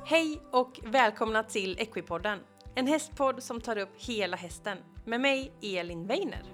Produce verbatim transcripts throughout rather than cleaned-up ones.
Hej och välkomna till Equipodden, en hästpodd som tar upp hela hästen, med mig Elin Weiner.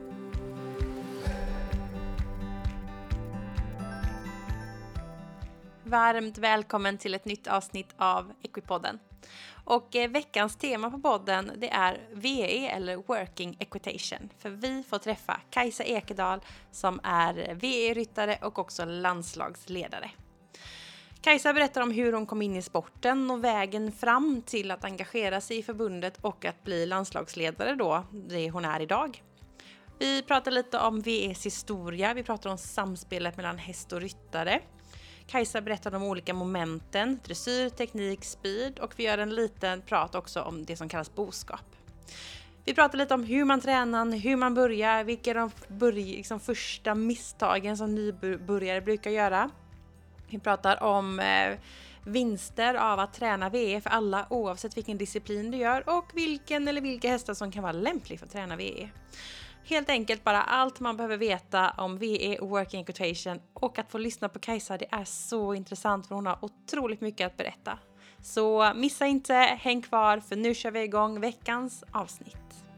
Varmt välkommen till ett nytt avsnitt av Equipodden. Och eh, veckans tema på podden det är V E eller Working Equitation. För vi får träffa Kajsa Ekedal som är V E-ryttare och också landslagsledare. Kajsa berättar om hur hon kom in i sporten och vägen fram till att engagera sig i förbundet och att bli landslagsledare då, det hon är idag. Vi pratar lite om V E:s historia, vi pratar om samspelet mellan häst och ryttare. Kajsa berättar om olika momenten, dressyr, teknik, speed och vi gör en liten prat också om det som kallas boskap. Vi pratar lite om hur man tränar, hur man börjar, vilka är de börj- liksom första misstagen som nybörjare brukar göra. Vi pratar om eh, vinster av att träna V E för alla oavsett vilken disciplin du gör och vilken eller vilka hästar som kan vara lämplig för att träna V E. Helt enkelt bara allt man behöver veta om V E och Working Equitation och att få lyssna på Kajsa, det är så intressant för hon har otroligt mycket att berätta. Så missa inte, häng kvar för nu kör vi igång veckans avsnitt.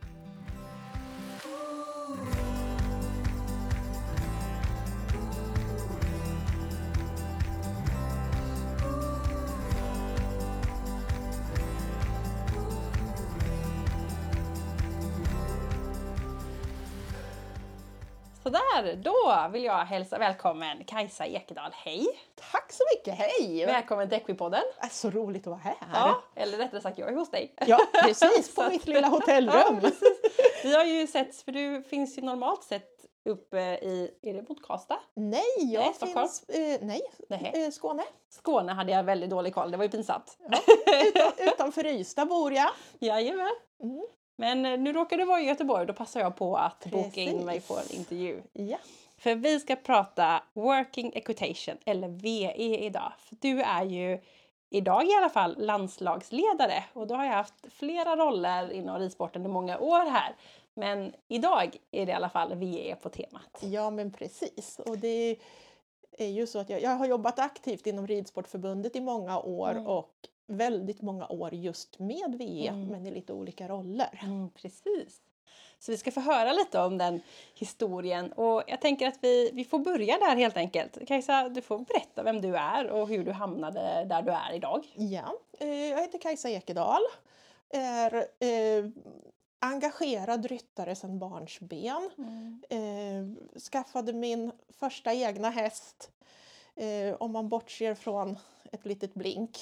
Sådär, då vill jag hälsa välkommen Kajsa Ekedal. Hej! Tack så mycket, hej! Välkommen till Equipodden. Det är så roligt att vara här. Ja, eller rättare sagt jag är hos dig. Ja, precis, på mitt lilla hotellrum. Ja, vi har ju sett, för du finns ju normalt sett uppe i, är det mot Karlstad? Nej, jag Nej, Stockholm? finns, eh, nej, Nej. Eh, Skåne. Skåne hade jag väldigt dålig koll, det var ju pinsamt. Ja, utan, utanför Ystad bor jag. Jajamän. Mm. Men eh, nu råkar du vara i Göteborg, då passar jag på att boka in Precis. mig på en intervju. Ja. För vi ska prata Working Equitation, eller V E idag. För du är ju idag i alla fall landslagsledare. Och då har jag haft flera roller inom ridsporten i många år här. Men idag är det i alla fall V E på temat. ja, men precis. Och det är ju så att jag, jag har jobbat aktivt inom Ridsportförbundet i många år Mm. och väldigt många år just med V E, Mm. men i lite olika roller. Mm, precis. Så vi ska få höra lite om den historien. Och jag tänker att vi, vi får börja där helt enkelt. Kajsa, du får berätta vem du är och hur du hamnade där du är idag. Ja, eh, jag heter Kajsa Ekedal, är eh, engagerad ryttare sedan barnsben. Mm. Eh, skaffade min första egna häst, eh, om man bortser från ett litet blink.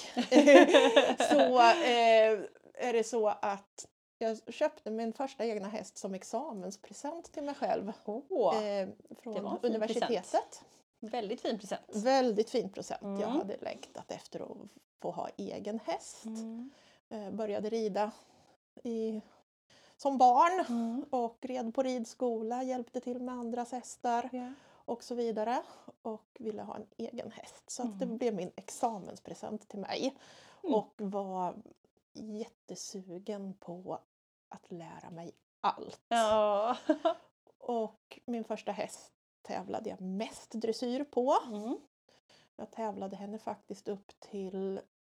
så eh, är det så att jag köpte min första egna häst som examenspresent till mig själv. Åh, eh, det från var en fin universitetet. present. Väldigt fin present. Väldigt fin present. Mm. Jag hade längtat efter att få ha egen häst. Mm. Eh, började rida i, som barn Mm. och red på ridskola, hjälpte till med andras hästar Ja. och så vidare. Och ville ha en egen häst. Så att det Mm. blev min examenspresent till mig. Mm. Och var jättesugen på att lära mig allt. Ja. Och min första häst tävlade jag mest dressyr på. Mm. Jag tävlade henne faktiskt upp till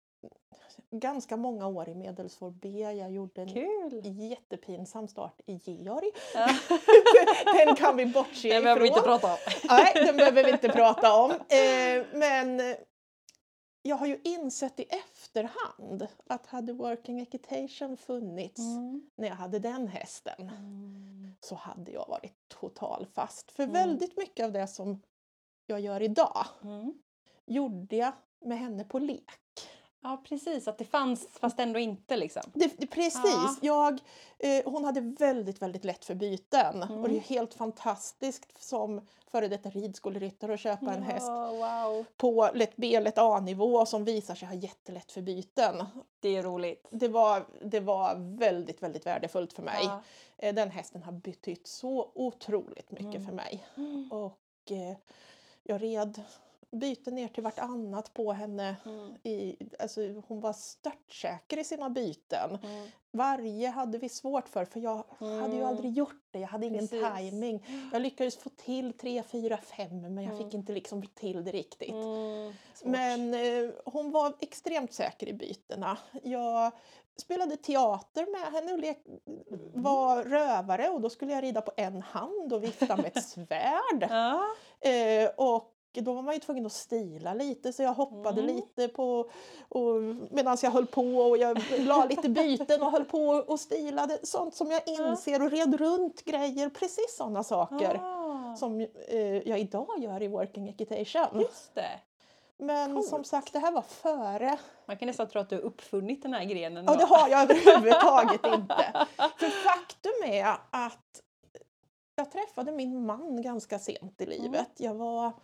ganska många år i medelsvår B. Jag gjorde en Kul. jättepinsam start i Georg. Ja. Den kan vi bortse Det ifrån. behöver vi inte prata om. Nej, den behöver vi inte prata om. Eh, men jag har ju insett i efterhand att hade Working Equitation funnits Mm. när jag hade den hästen Mm. så hade jag varit total fast. För Mm. väldigt mycket av det som jag gör idag Mm. gjorde jag med henne på lek. Ja, precis. Att det fanns fast ändå inte liksom. Det, det, precis. Jag, eh, hon hade väldigt, väldigt lätt för byten. Mm. Och det är helt fantastiskt som före detta ridskoleryttare att köpa en häst Wow. på lätt B, lätt A-nivå som visar sig ha jättelätt för byten. Det är roligt. Det var, det var väldigt, väldigt värdefullt för mig. Ja. Eh, Den hästen har betytt så otroligt mycket Mm. för mig. Mm. Och eh, jag red byte ner till vartannat på henne. Mm. I, alltså, hon var störtsäker i sina byten. Mm. Varje hade vi svårt för, för jag Mm. hade ju aldrig gjort det. Jag hade ingen Precis. timing. Jag lyckades få till tre, fyra, fem, men jag Mm. fick inte liksom till det riktigt. Mm. Svårt. Men eh, hon var extremt säker i bytena. Jag spelade teater med henne och le- var rövare, och då skulle jag rida på en hand och vifta med ett svärd. Ja. Eh, och då var man ju tvungen att stila lite, så jag hoppade Mm. lite på medan jag höll på, och jag la lite byten och höll på och stilade sånt som jag inser och red runt grejer, precis sådana saker Ah. som eh, jag idag gör i Working Equitation. Just det. Men Coolt. som sagt, det här var före. Man kan nästan tro att du har uppfunnit den här grenen. Ja, då. det har jag överhuvudtaget inte. För faktum är att jag träffade min man ganska sent i livet. Jag var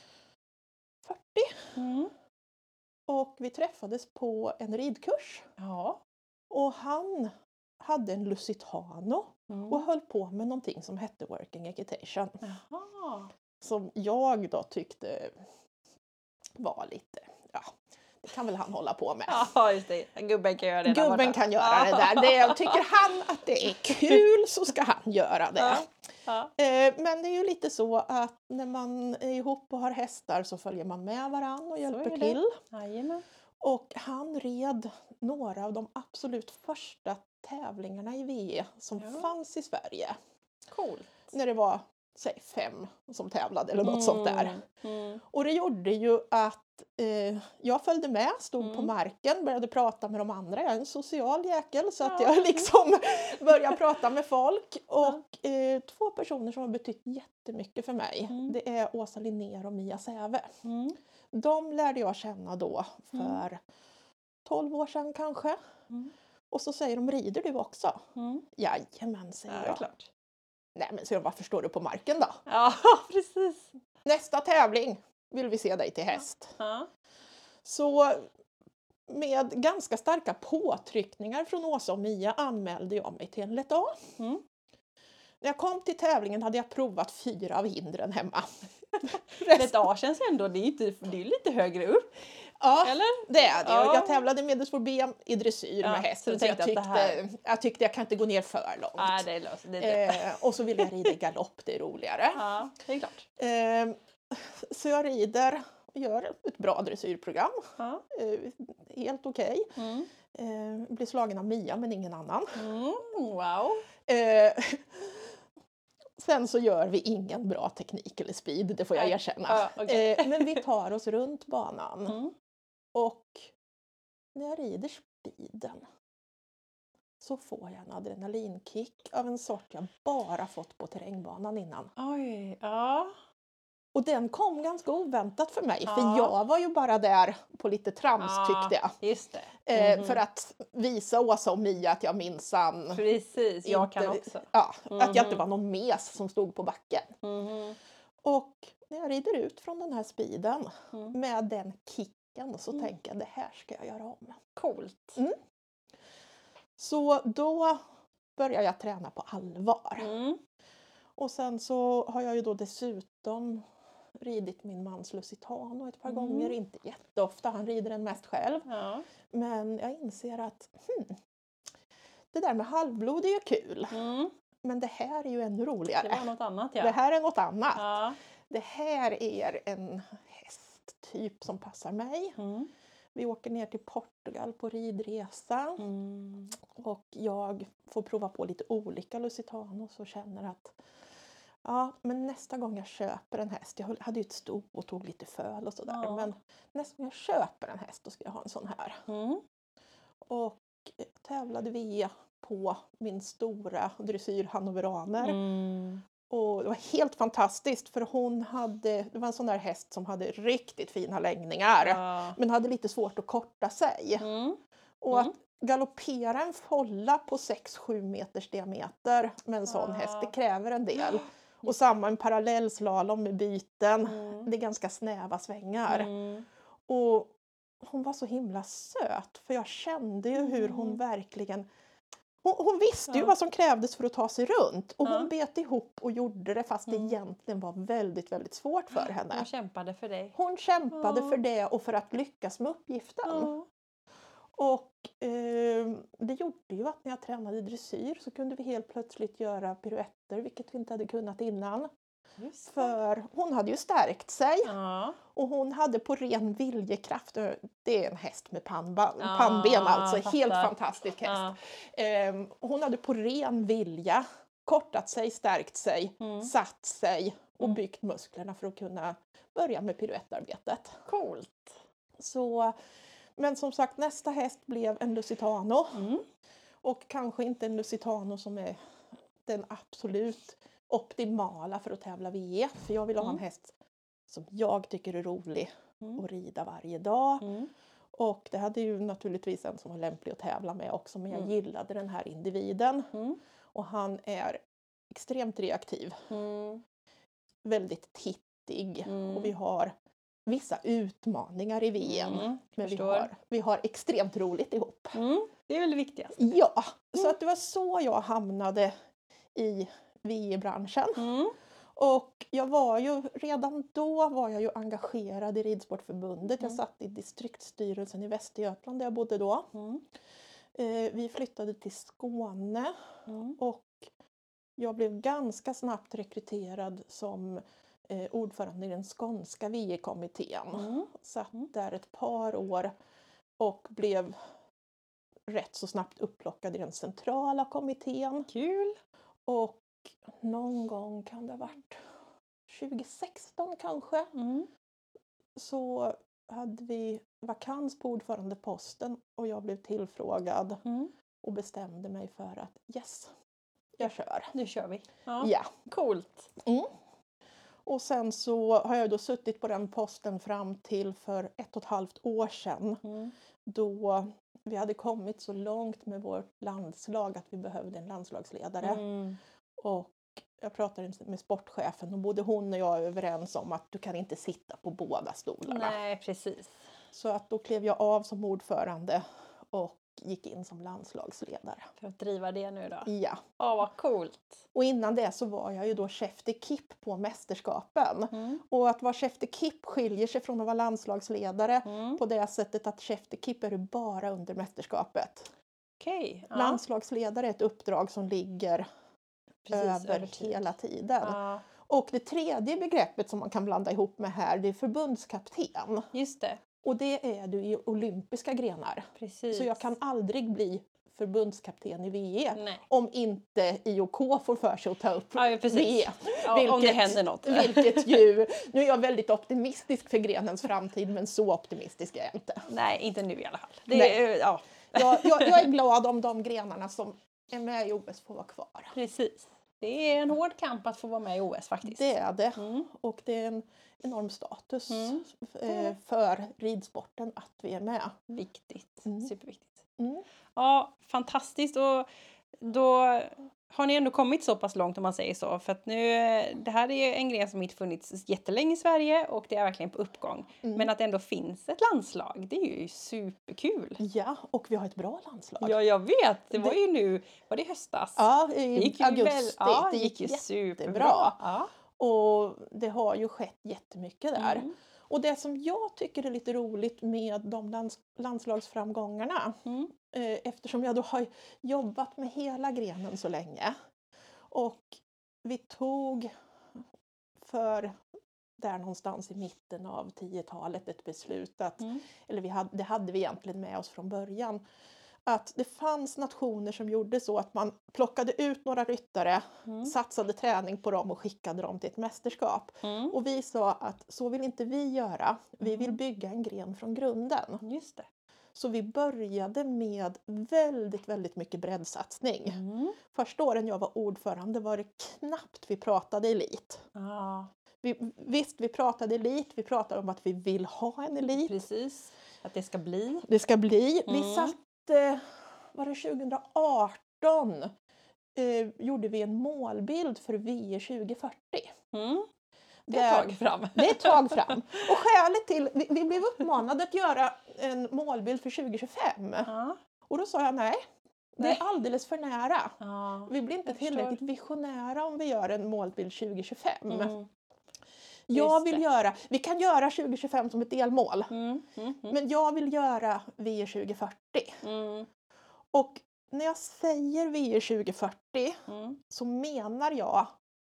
fyrtio Mm. och vi träffades på en ridkurs. Ja. Och han hade en Lusitano Mm. och höll på med någonting som hette Working Equitation. Jaha. Som jag då tyckte var lite, ja, det kan väl han hålla på med. Ja, just det. Gubben kan göra det. där Gubben borta. kan göra det där. Det, tycker han att det är kul så ska han göra det. Ja. Ja. Eh, Men det är ju lite så att när man är ihop och har hästar så följer man med varann och hjälper är det. till. Jajamän. Och han red några av de absolut första tävlingarna i V E som Ja. fanns i Sverige. Coolt. När det var, säg fem som tävlade eller något sånt där. Mm. Och det gjorde ju att eh, jag följde med, stod Mm. på marken, började prata med de andra. Jag är en social jäkel, så att Ja. jag liksom började prata med folk. Och eh, två personer som har betytt jättemycket för mig, Mm. det är Åsa Linnér och Mia Säve. Mm. De lärde jag känna då för Mm. tolv år sedan kanske. Mm. Och så säger de, rider du också? Mm. Jajamän, säger Ja, det är jag. klart. Nej, men så jag, varför står du på marken då? Ja, precis. Nästa tävling vill vi se dig till häst. Ja. Så med ganska starka påtryckningar från Åsa och Mia anmälde jag mig till en lätt A. Mm. När jag kom till tävlingen hade jag provat fyra av hindren hemma. Ett år känns ändå, det är, inte, det är lite högre upp. Ja, Eller? det är det. Ja. Jag tävlade medelsvår B i dressyr Ja, med så hästen. du Så jag tänkte att tyckte, det jag tyckte jag kan inte gå ner för långt. Nej, det är löst. Det är det. Eh, och så ville jag rida i galopp, det är roligare. Ja, det är klart. Eh, så jag rider och gör ett bra dressyrprogram. Ja. Eh, helt okej. Mm. Eh, blir slagen av Mia men ingen annan. Mm. Wow. Eh, sen så gör vi ingen bra teknik eller speed, det får jag Nej. erkänna. Ja, okej. eh, men vi tar oss runt banan. Mm. Och när jag rider speeden så får jag en adrenalinkick av en sort jag bara fått på terrängbanan innan. Oj, ja. Och den kom ganska oväntat för mig, Ja. för jag var ju bara där på lite trams Ja, tyckte jag. Just det. Eh, Mhm. För att visa Åsa och Mia att jag minsann... Precis, jag kan inte- också. Ja, att jag inte Mhm. var någon mes som stod på backen. Mhm. Och när jag rider ut från den här speeden Mm. med den kicken så Mm. tänker jag, det här ska jag göra om. Coolt. Så då börjar jag träna på allvar. Mm. Och sen så har jag ju då dessutom ridit min mans Lusitano ett par Mm. gånger. Inte jätteofta, han rider den mest själv. Ja. Men jag inser att hmm, det där med halvblod är ju kul. Mm. Men det här är ju ännu roligare. Det var något annat, ja. Det här är något annat. Ja. Det här är en hästtyp som passar mig. Mm. Vi åker ner till Portugal på ridresa. Mm. Och jag får prova på lite olika Lusitanos och känner att ja, men nästa gång jag köper en häst, jag hade ju ett sto och tog lite föl och sådär, Ja. men nästa gång jag köper en häst då ska jag ha en sån här. Mm. Och tävlade vi på min stora dressyr hannoveraner. Mm. Och det var helt fantastiskt för hon hade, det var en sån där häst som hade riktigt fina längningar. Ja. Men hade lite svårt att korta sig. Mm. Och Mm. att galoppera en folla på sex sju meters diameter med en sån Ah. häst, det kräver en del. Och samma en parallellslalom med byten. Mm. Det är ganska snäva svängar. Mm. Och hon var så himla söt, för jag kände ju hur hon Mm. verkligen... Hon, hon visste ju Ja. vad som krävdes för att ta sig runt. Och Ja. hon bet ihop och gjorde det fast Mm. det egentligen var väldigt, väldigt svårt för henne. Hon kämpade för dig. Hon kämpade Ja. för det och för att lyckas med uppgiften. Ja. Och eh, det gjorde ju att när jag tränade dressyr så kunde vi helt plötsligt göra piruetter, vilket vi inte hade kunnat innan. Just det. För hon hade ju stärkt sig Ja. och hon hade på ren viljekraft, det är en häst med pannben, Ja, pannben alltså, fattar. helt fantastisk häst. Ja. Eh, hon hade på ren vilja kortat sig, stärkt sig, Mm. satt sig och Mm. byggt musklerna för att kunna börja med piruettarbetet. Coolt. Så, men som sagt, nästa häst blev en Lusitano. Mm. Och kanske inte en Lusitano som är den absolut optimala för att tävla V E. För jag vill ha Mm. en häst som jag tycker är rolig Mm. att rida varje dag. Mm. Och det hade ju naturligtvis en som var lämplig att tävla med också. Men jag Mm. gillade den här individen. Mm. Och han är extremt reaktiv. Mm. Väldigt tittig. Mm. Och vi har vissa utmaningar i V M. Mm. Men vi Förstår. har, vi har extremt roligt ihop. Mm. Det är väl det viktigaste. Ja, så att det var så jag hamnade i V E-branschen. Mm. Och jag var ju, redan då var jag ju engagerad i Ridsportförbundet. Jag Mm. satt i distriktsstyrelsen i Västergötland där jag bodde då. Mm. Eh, vi flyttade till Skåne Mm. och jag blev ganska snabbt rekryterad som eh, ordförande i den skånska V E-kommittén. Mm. Satt Mm. där ett par år och blev rätt så snabbt upplockad i den centrala kommittén. Kul. Och någon gång kan det ha varit tjugohundrasexton kanske, Mm. så hade vi vakans på ordförandeposten och jag blev tillfrågad Mm. och bestämde mig för att yes, jag kör. Nu kör vi. Ja. Ja. Coolt. Mm. Och sen så har jag då suttit på den posten fram till för ett och ett halvt år sedan, Mm. då vi hade kommit så långt med vårt landslag att vi behövde en landslagsledare. Mm. Och jag pratade med sportchefen och både hon och jag är överens om att du kan inte sitta på båda stolarna. Nej, precis. Så att då klev jag av som ordförande och gick in som landslagsledare. För att driva det nu då. Ja, Ja, vad coolt. och innan det så var jag ju då chef d'equipe på mästerskapen. Mm. Och att vara chef d'equipe skiljer sig från att vara landslagsledare Mm. på det sättet att chef d'equipe är du bara under mästerskapet. Okej. Ja. Landslagsledare är ett uppdrag som ligger Precis, över tid. hela tiden. Ja, Och det tredje begreppet som man kan blanda ihop med här, det är förbundskapten. just det. Och det är du i olympiska grenar. Precis. Så jag kan aldrig bli förbundskapten i V E. Nej. Om inte I O K får för sig att ta upp Ja, precis. V E. Ja, om det händer något. Vilket ju, nu är jag väldigt optimistisk för grenens framtid, men så optimistisk är jag inte. Nej, inte nu i alla fall. Det Nej. är, ja, Jag, jag, jag är glad om de grenarna som är med i O S får vara kvar. precis. Det är en hård kamp att få vara med i O S faktiskt. Det är det. Mm. Och det är en enorm status Mm. eh, för ridsporten att vi är med. Viktigt. Mm. Superviktigt. Mm. Ja, fantastiskt. Och då har ni ändå kommit så pass långt om man säger så. För att nu, det här är en gren som inte funnits jättelänge i Sverige och det är verkligen på uppgång. Mm. Men att det ändå finns ett landslag, det är ju superkul. Ja, och vi har ett bra landslag. Ja, jag vet. Det var Det- ju nu, var det i höstas? Ja, Det i gick ju augusti. väl, ja, det det gick ju jätte- superbra. Ja. Och det har ju skett jättemycket där. Mm. Och det som jag tycker är lite roligt med de lands- landslagsframgångarna, Mm. eh, eftersom jag då har jobbat med hela grenen så länge. Och vi tog för där någonstans i mitten av tiotalet ett beslut att, Mm. eller vi hade, det hade vi egentligen med oss från början, att det fanns nationer som gjorde så att man plockade ut några ryttare, Mm. satsade träning på dem och skickade dem till ett mästerskap. Mm. Och vi sa att så vill inte vi göra. Vi Mm. vill bygga en gren från grunden. Just det. Så vi började med väldigt, väldigt mycket breddsatsning. Mm. Första åren jag var ordförande var det knappt vi pratade elit. Ja, Vi, visst, vi pratade elit. Vi pratade om att vi vill ha en elit. precis. Att det ska bli. Det ska bli. Vi Mm. satte, var det tjugohundraarton, eh, gjorde vi en målbild för V E tjugo fyrtio. Mm. Det är Där- ett tag fram. Det är ett tag fram. Och skälet till, vi, vi blev uppmanade att göra en målbild för tjugo tjugofem. Ja. Och då sa jag nej, Det är alldeles för nära. Ja, Vi blir inte jag tillräckligt visionära om vi gör en målbild tjugo tjugofem. Mm. Jag Just vill det. göra, vi kan göra tjugo tjugofem som ett delmål. Mm. Mm. Mm. Men jag vill göra V E tjugo fyrtio. Mm. Och när jag säger V E tjugo fyrtio Mm. så menar jag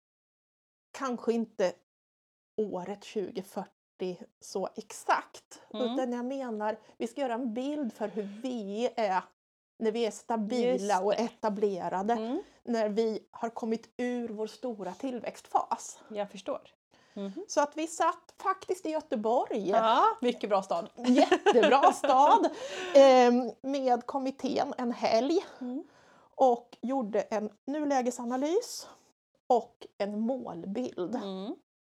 kanske inte året tjugo fyrtio så exakt. Mm. Utan jag menar, vi ska göra en bild för hur vi är när vi är Just stabila och det. etablerade. Mm. När vi har kommit ur vår stora tillväxtfas. Jag förstår. Mm. Så att vi satt faktiskt i Göteborg. Ja, mycket bra stad. Jättebra stad. eh, med kommittén en helg. Mm. Och gjorde en nulägesanalys och en målbild. Mm.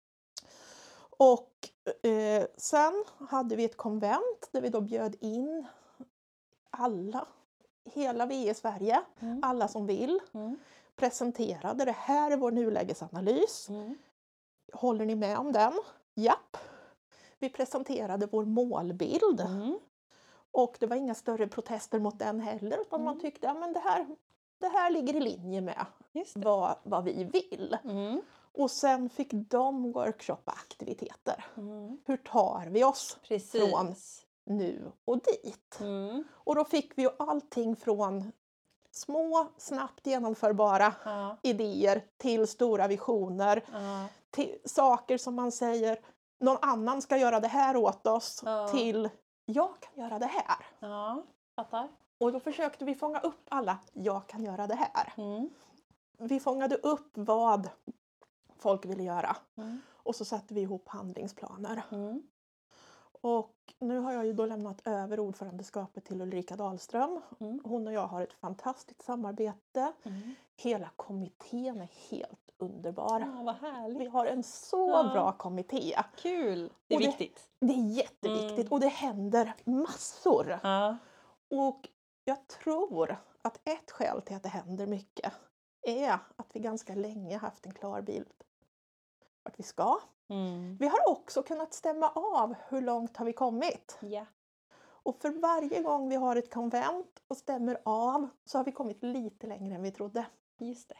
Och eh, sen hade vi ett konvent där vi då bjöd in alla, hela V E Sverige, Mm. alla som vill. Mm. Presenterade, det här är vår nulägesanalys. Mm. Håller ni med om den? Japp. Vi presenterade vår målbild. Mm. Och det var inga större protester mot den heller. Utan Mm. man tyckte att ja, det, här, det här ligger i linje med Just det. vad, vad vi vill. Mm. Och sen fick de workshoppa aktiviteter. Mm. Hur tar vi oss Precis. från nu och dit? Mm. Och då fick vi ju allting från små, snabbt genomförbara Ja. idéer till stora visioner. Ja. Till saker som man säger, någon annan ska göra det här åt oss. Ja. Till, jag kan göra det här. Ja. Fattar. Och då försökte vi fånga upp alla, jag kan göra det här. Mm. Vi fångade upp vad folk ville göra. Mm. Och så satte vi ihop handlingsplaner. Mm. Och nu har jag ju då lämnat över ordförandeskapet till Ulrika Dahlström. Mm. Hon och jag har ett fantastiskt samarbete. Mm. Hela kommittén är helt underbar. Ja, vad härligt. Vi har en så Ja. bra kommitté. Kul. Det är Och det- viktigt. Det är jätteviktigt Mm. och det händer massor. Ja. Och jag tror att ett skäl till att det händer mycket är att vi ganska länge haft en klar bild vart vi ska. Mm. Vi har också kunnat stämma av hur långt har vi kommit. Ja. Och för varje gång vi har ett konvent och stämmer av så har vi kommit lite längre än vi trodde. Just det.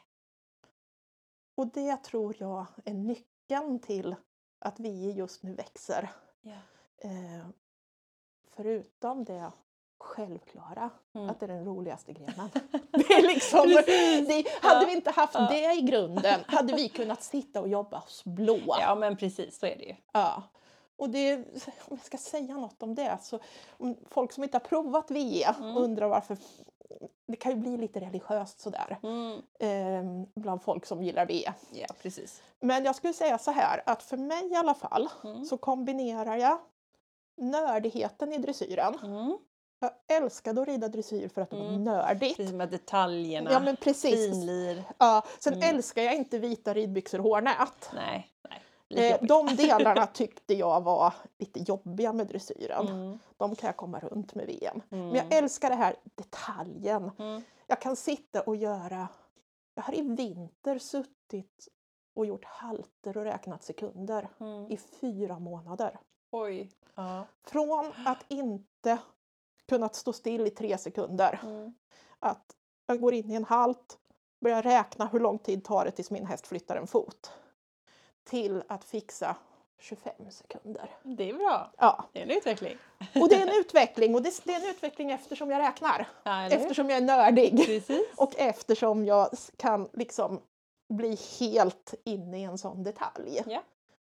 Och det tror jag är nyckeln till att vi just nu växer. Ja. Eh, förutom det självklara, Mm. att det är den roligaste grenen. Det är liksom, det, hade Ja. vi inte haft Ja. det i grunden hade vi kunnat sitta och jobba oss blå. Ja, men precis. Så är det ju. Ja. Och det, om jag ska säga något om det, så om folk som inte har provat V E Mm. undrar varför, det kan ju bli lite religiöst sådär Mm. eh, bland folk som gillar V E. Ja, precis. Men jag skulle säga så här, att för mig i alla fall Mm. så kombinerar jag nördigheten i dressyren. Mm. Jag älskade att rida dressyr för att det var Mm. nördigt. Precis med detaljerna. Ja men precis. Finlir. Ja, sen Mm. älskar jag inte vita ridbyxor och hårnät. Nej, nej. Lite Eh, jobbigt. de delarna tyckte jag var lite jobbiga med dressyren. Mm. De kan jag komma runt med V M. Mm. Men jag älskar det här detaljen. Mm. Jag kan sitta och göra... Jag har i vinter suttit och gjort halter och räknat sekunder Mm. i fyra månader. Oj. Ja. Från att inte kunnat stå still i tre sekunder. Mm. Att jag går in i en halt, börjar räkna hur lång tid tar det tills min häst flyttar en fot. Till att fixa tjugofem sekunder. Det är bra. Ja, Det är en utveckling. och det är en utveckling. Och det, det är en utveckling eftersom jag räknar. Ja, eller hur? Eftersom jag är nördig. Precis. Och eftersom jag kan liksom bli helt inne i en sån detalj. Ja.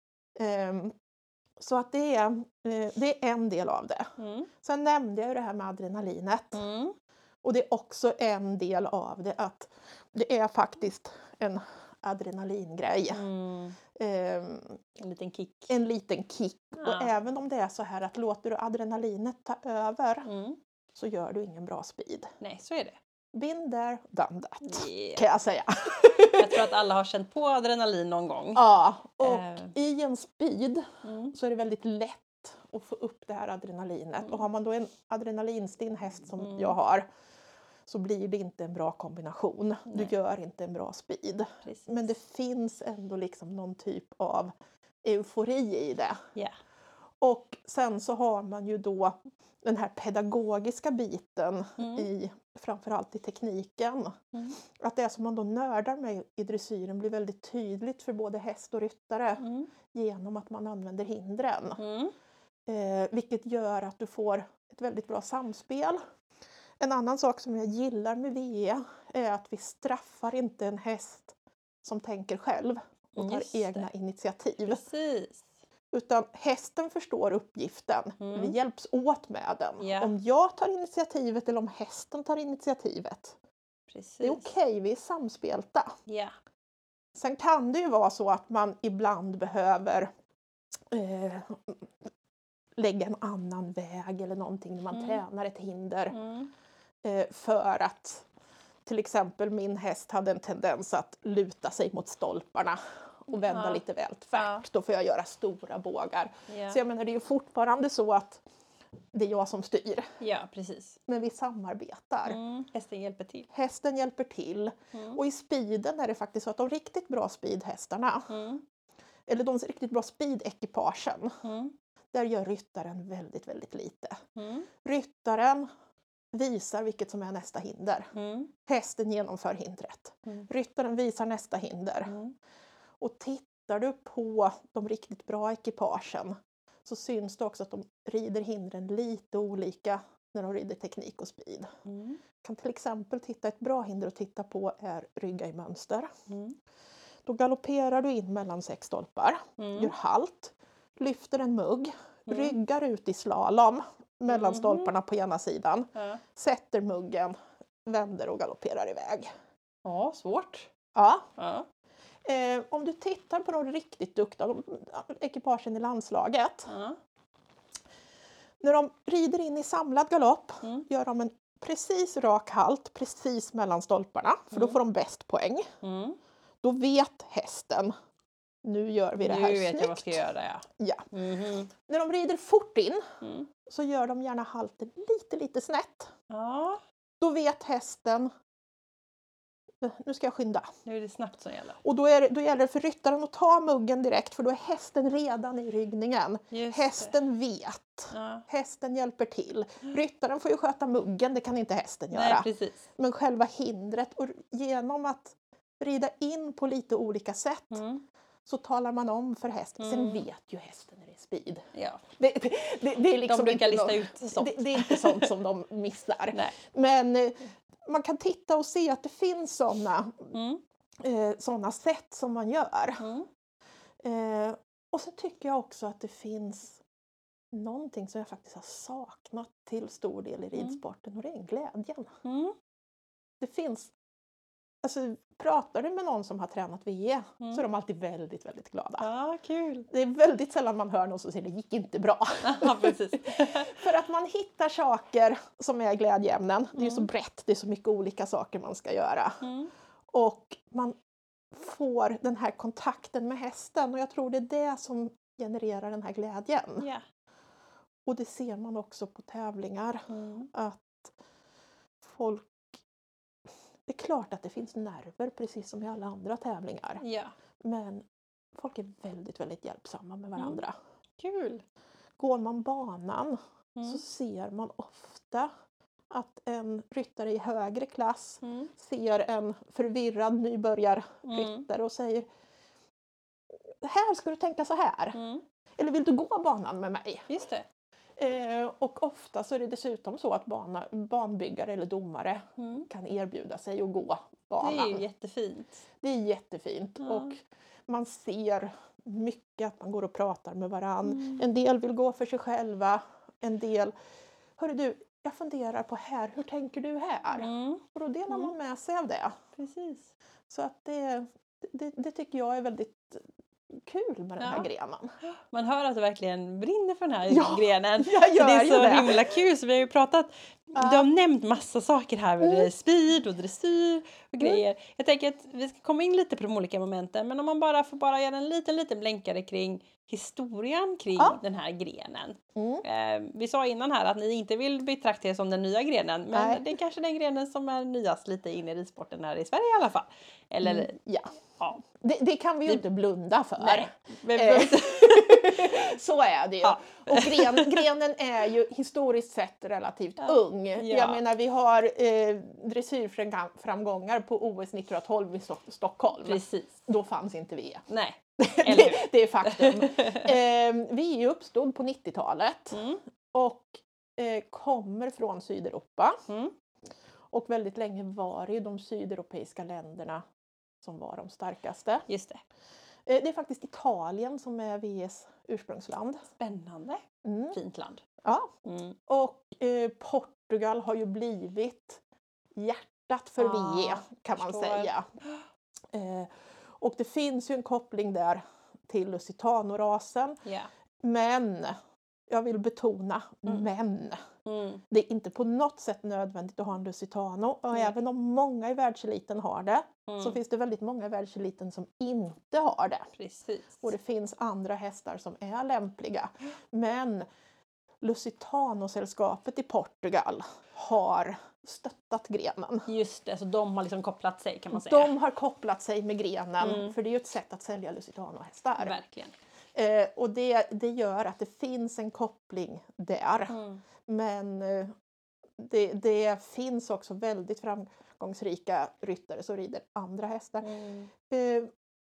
Ehm, så att det är, eh, det är en del av det. Mm. Sen nämnde jag ju det här med adrenalinet. Mm. Och det är också en del av det att det är faktiskt en adrenalingrej. Mm. Ehm, En liten kick. en liten kick. Ja. Och även om det är så här att låter du adrenalinet ta över Mm. så gör du ingen bra speed. Nej, så är det. Been there, done that. Yeah. Kan jag säga. Jag tror att alla har känt på adrenalin någon gång. Ja, och Eh. i en speed Mm. så är det väldigt lätt att få upp det här adrenalinet. Mm. Och har man då en adrenalinstinn häst som Mm. jag har så blir det inte en bra kombination. Nej. Du gör inte en bra speed. Precis. Men det finns ändå liksom någon typ av eufori i det. Ja. Och sen så har man ju då den här pedagogiska biten Mm. i framförallt i tekniken. Mm. Att det som man då nördar med i dressyren blir väldigt tydligt för både häst och ryttare Mm. genom att man använder hindren. Mm. Eh, vilket gör att du får ett väldigt bra samspel. En annan sak som jag gillar med V E är att vi straffar inte en häst som tänker själv och tar Just det. egna initiativ. Precis. Utan hästen förstår uppgiften. Mm. Vi hjälps åt med den. Ja. Om jag tar initiativet eller om hästen tar initiativet. Precis. Det är okej, vi är samspelta. Ja. Sen kan det ju vara så att man ibland behöver eh, lägga en annan väg eller någonting när man Mm. tränar ett hinder. Mm. Eh, för att till exempel min häst hade en tendens att luta sig mot stolparna och vända Ja. lite väl tvärt. Ja. Då får jag göra stora bågar. Ja. Så jag menar, det är ju fortfarande så att det är jag som styr. Ja, precis. Men vi samarbetar. Mm. Hästen hjälper till. Hästen hjälper till. Mm. Och i speeden är det faktiskt så att de riktigt bra speedhästarna, Mm. eller de riktigt bra speedekipagen, Mm. där gör ryttaren väldigt, väldigt lite. Mm. Ryttaren visar vilket som är nästa hinder. Mm. Hästen genomför hindret. Mm. Ryttaren visar nästa hinder. Mm. Och tittar du på de riktigt bra ekipagen så syns det också att de rider hindren lite olika när de rider teknik och speed. Mm. Kan till exempel titta, ett bra hinder att titta på är rygga i mönster. Mm. Då galopperar du in mellan sex stolpar, Mm. gör halt, lyfter en mugg, Mm. ryggar ut i slalom mellan Mhm. stolparna på ena sidan, Ja. sätter muggen, vänder och galopperar iväg. Ja, svårt. Ja. Ja. Eh, om du tittar på de riktigt duktiga de, ekipagen i landslaget, Ja. när de rider in i samlad galopp Mm. gör de en precis rak halt precis mellan stolparna, för då Mm. får de bäst poäng. Mm. Då vet hästen, nu gör vi det Nu här vet snyggt. jag vad jag ska göra, ja. Ja. Mhm. När de rider fort in Mm. så gör de gärna halten lite, lite snett. Ja, Då vet hästen, nu ska jag skynda. nu är det snabbt som gäller. Och då, är det, då gäller det för ryttaren att ta muggen direkt, för då är hästen redan i ryggningen. Just Hästen vet. det. Ja. Hästen hjälper till. Ryttaren får ju sköta muggen, det kan inte hästen Nej, göra. precis. Men själva hindret, och genom att rida in på lite olika sätt Mm. så talar man om för hästen. Sen Mm. vet ju hästen när det är speed. Ja. Det, det, det, det är liksom De brukar inte lista något- ut sånt. Det, det är inte sånt som de missar. Nej. Men eh, man kan titta och se att det finns sådana Mm. eh, såna sätt som man gör. Mm. Eh, och så tycker jag också att det finns någonting som jag faktiskt har saknat till stor del i ridsporten, och det är glädjen. Mm. Det finns, alltså pratar du med någon som har tränat V E Mm. så är de alltid väldigt, väldigt glada. Ja, kul. Det är väldigt sällan man hör någon som säger det gick inte bra. Ja, precis. För att man hittar saker som är glädjeämnen. Det är ju så Mm. brett, det är så mycket olika saker man ska göra. Mm. Och man får den här kontakten med hästen, och jag tror det är det som genererar den här glädjen. Ja. Och det ser man också på tävlingar, Mm. att folk... Det är klart att det finns nerver precis som i alla andra tävlingar, Ja. men folk är väldigt, väldigt hjälpsamma med varandra. Kul. Går man banan Mm. så ser man ofta att en ryttare i högre klass Mm. ser en förvirrad nybörjarryttare Mm. och säger: här ska du tänka så här. Mm. Eller vill du gå banan med mig? Just det. Eh, och ofta så är det dessutom så att bana, banbyggare eller domare Mm. kan erbjuda sig att gå Det banan. är ju jättefint. Det är jättefint. Ja. Och man ser mycket att man går och pratar med varann. Mm. En del vill gå för sig själva. En del, hörru du, jag funderar på här, hur tänker du här? Mm. Och då delar Mm. man med sig av det. Precis. Så att det, det, det tycker jag är väldigt kul med den Ja. här grenen. Man hör att du verkligen brinner för den här Ja, grenen. jag gör det är ju så det. himla kul, så vi har ju pratat, Ja. du har nämnt massa saker här med Mm. speed och dressyr och Mm. grejer. Jag tänker att vi ska komma in lite på de olika momenten, men om man bara får bara göra en liten, liten blänkare kring historien kring Ja. den här grenen. Mm. Eh, vi sa innan här att ni inte vill betrakta er som den nya grenen, men Nej. det är kanske den grenen som är nyast lite in i ridsporten här i Sverige i alla fall. Eller, Mm, ja. ja. Det, det kan vi ju Det- inte blunda för. Nej. Men, Eh. Så är det ju. Ja. Och gren, grenen är ju historiskt sett relativt Ja. ung. tung. Ja. Jag menar vi har eh, dressyrframgångar på O S nittonhundratolv i Sto- Stockholm. Precis. Då fanns inte V. Nej. det, det är faktum. eh, vi uppstod på nittiotalet Mm. och eh, kommer från Sydeuropa. Mm. Och väldigt länge var det ju de sydeuropeiska länderna som var de starkaste. Just det. Eh, det är faktiskt Italien som är V S:s ursprungsland. Spännande. Mm. Fint land. Ja. Mm. Och eh, Portugal har ju blivit hjärtat för Ah, V kan man förstår. säga. Eh, och det finns ju en koppling där till Lusitano-rasen. Ja. Men, jag vill betona, Mm. men. Mm. Det är inte på något sätt nödvändigt att ha en Lusitano. Och Nej. även om många i världseliten har det, Mm. så finns det väldigt många i världseliten som inte har det. Precis. Och det finns andra hästar som är lämpliga. Men Lusitano-sällskapet i Portugal har stöttat grenen. Just det, så de har liksom kopplat sig kan man säga. De har kopplat sig med grenen, Mm. för det är ju ett sätt att sälja Lusitano-hästar. Verkligen. Eh, och det, det gör att det finns en koppling där. Mm. Men eh, det, det finns också väldigt framgångsrika ryttare som rider andra hästar. Mm. Eh,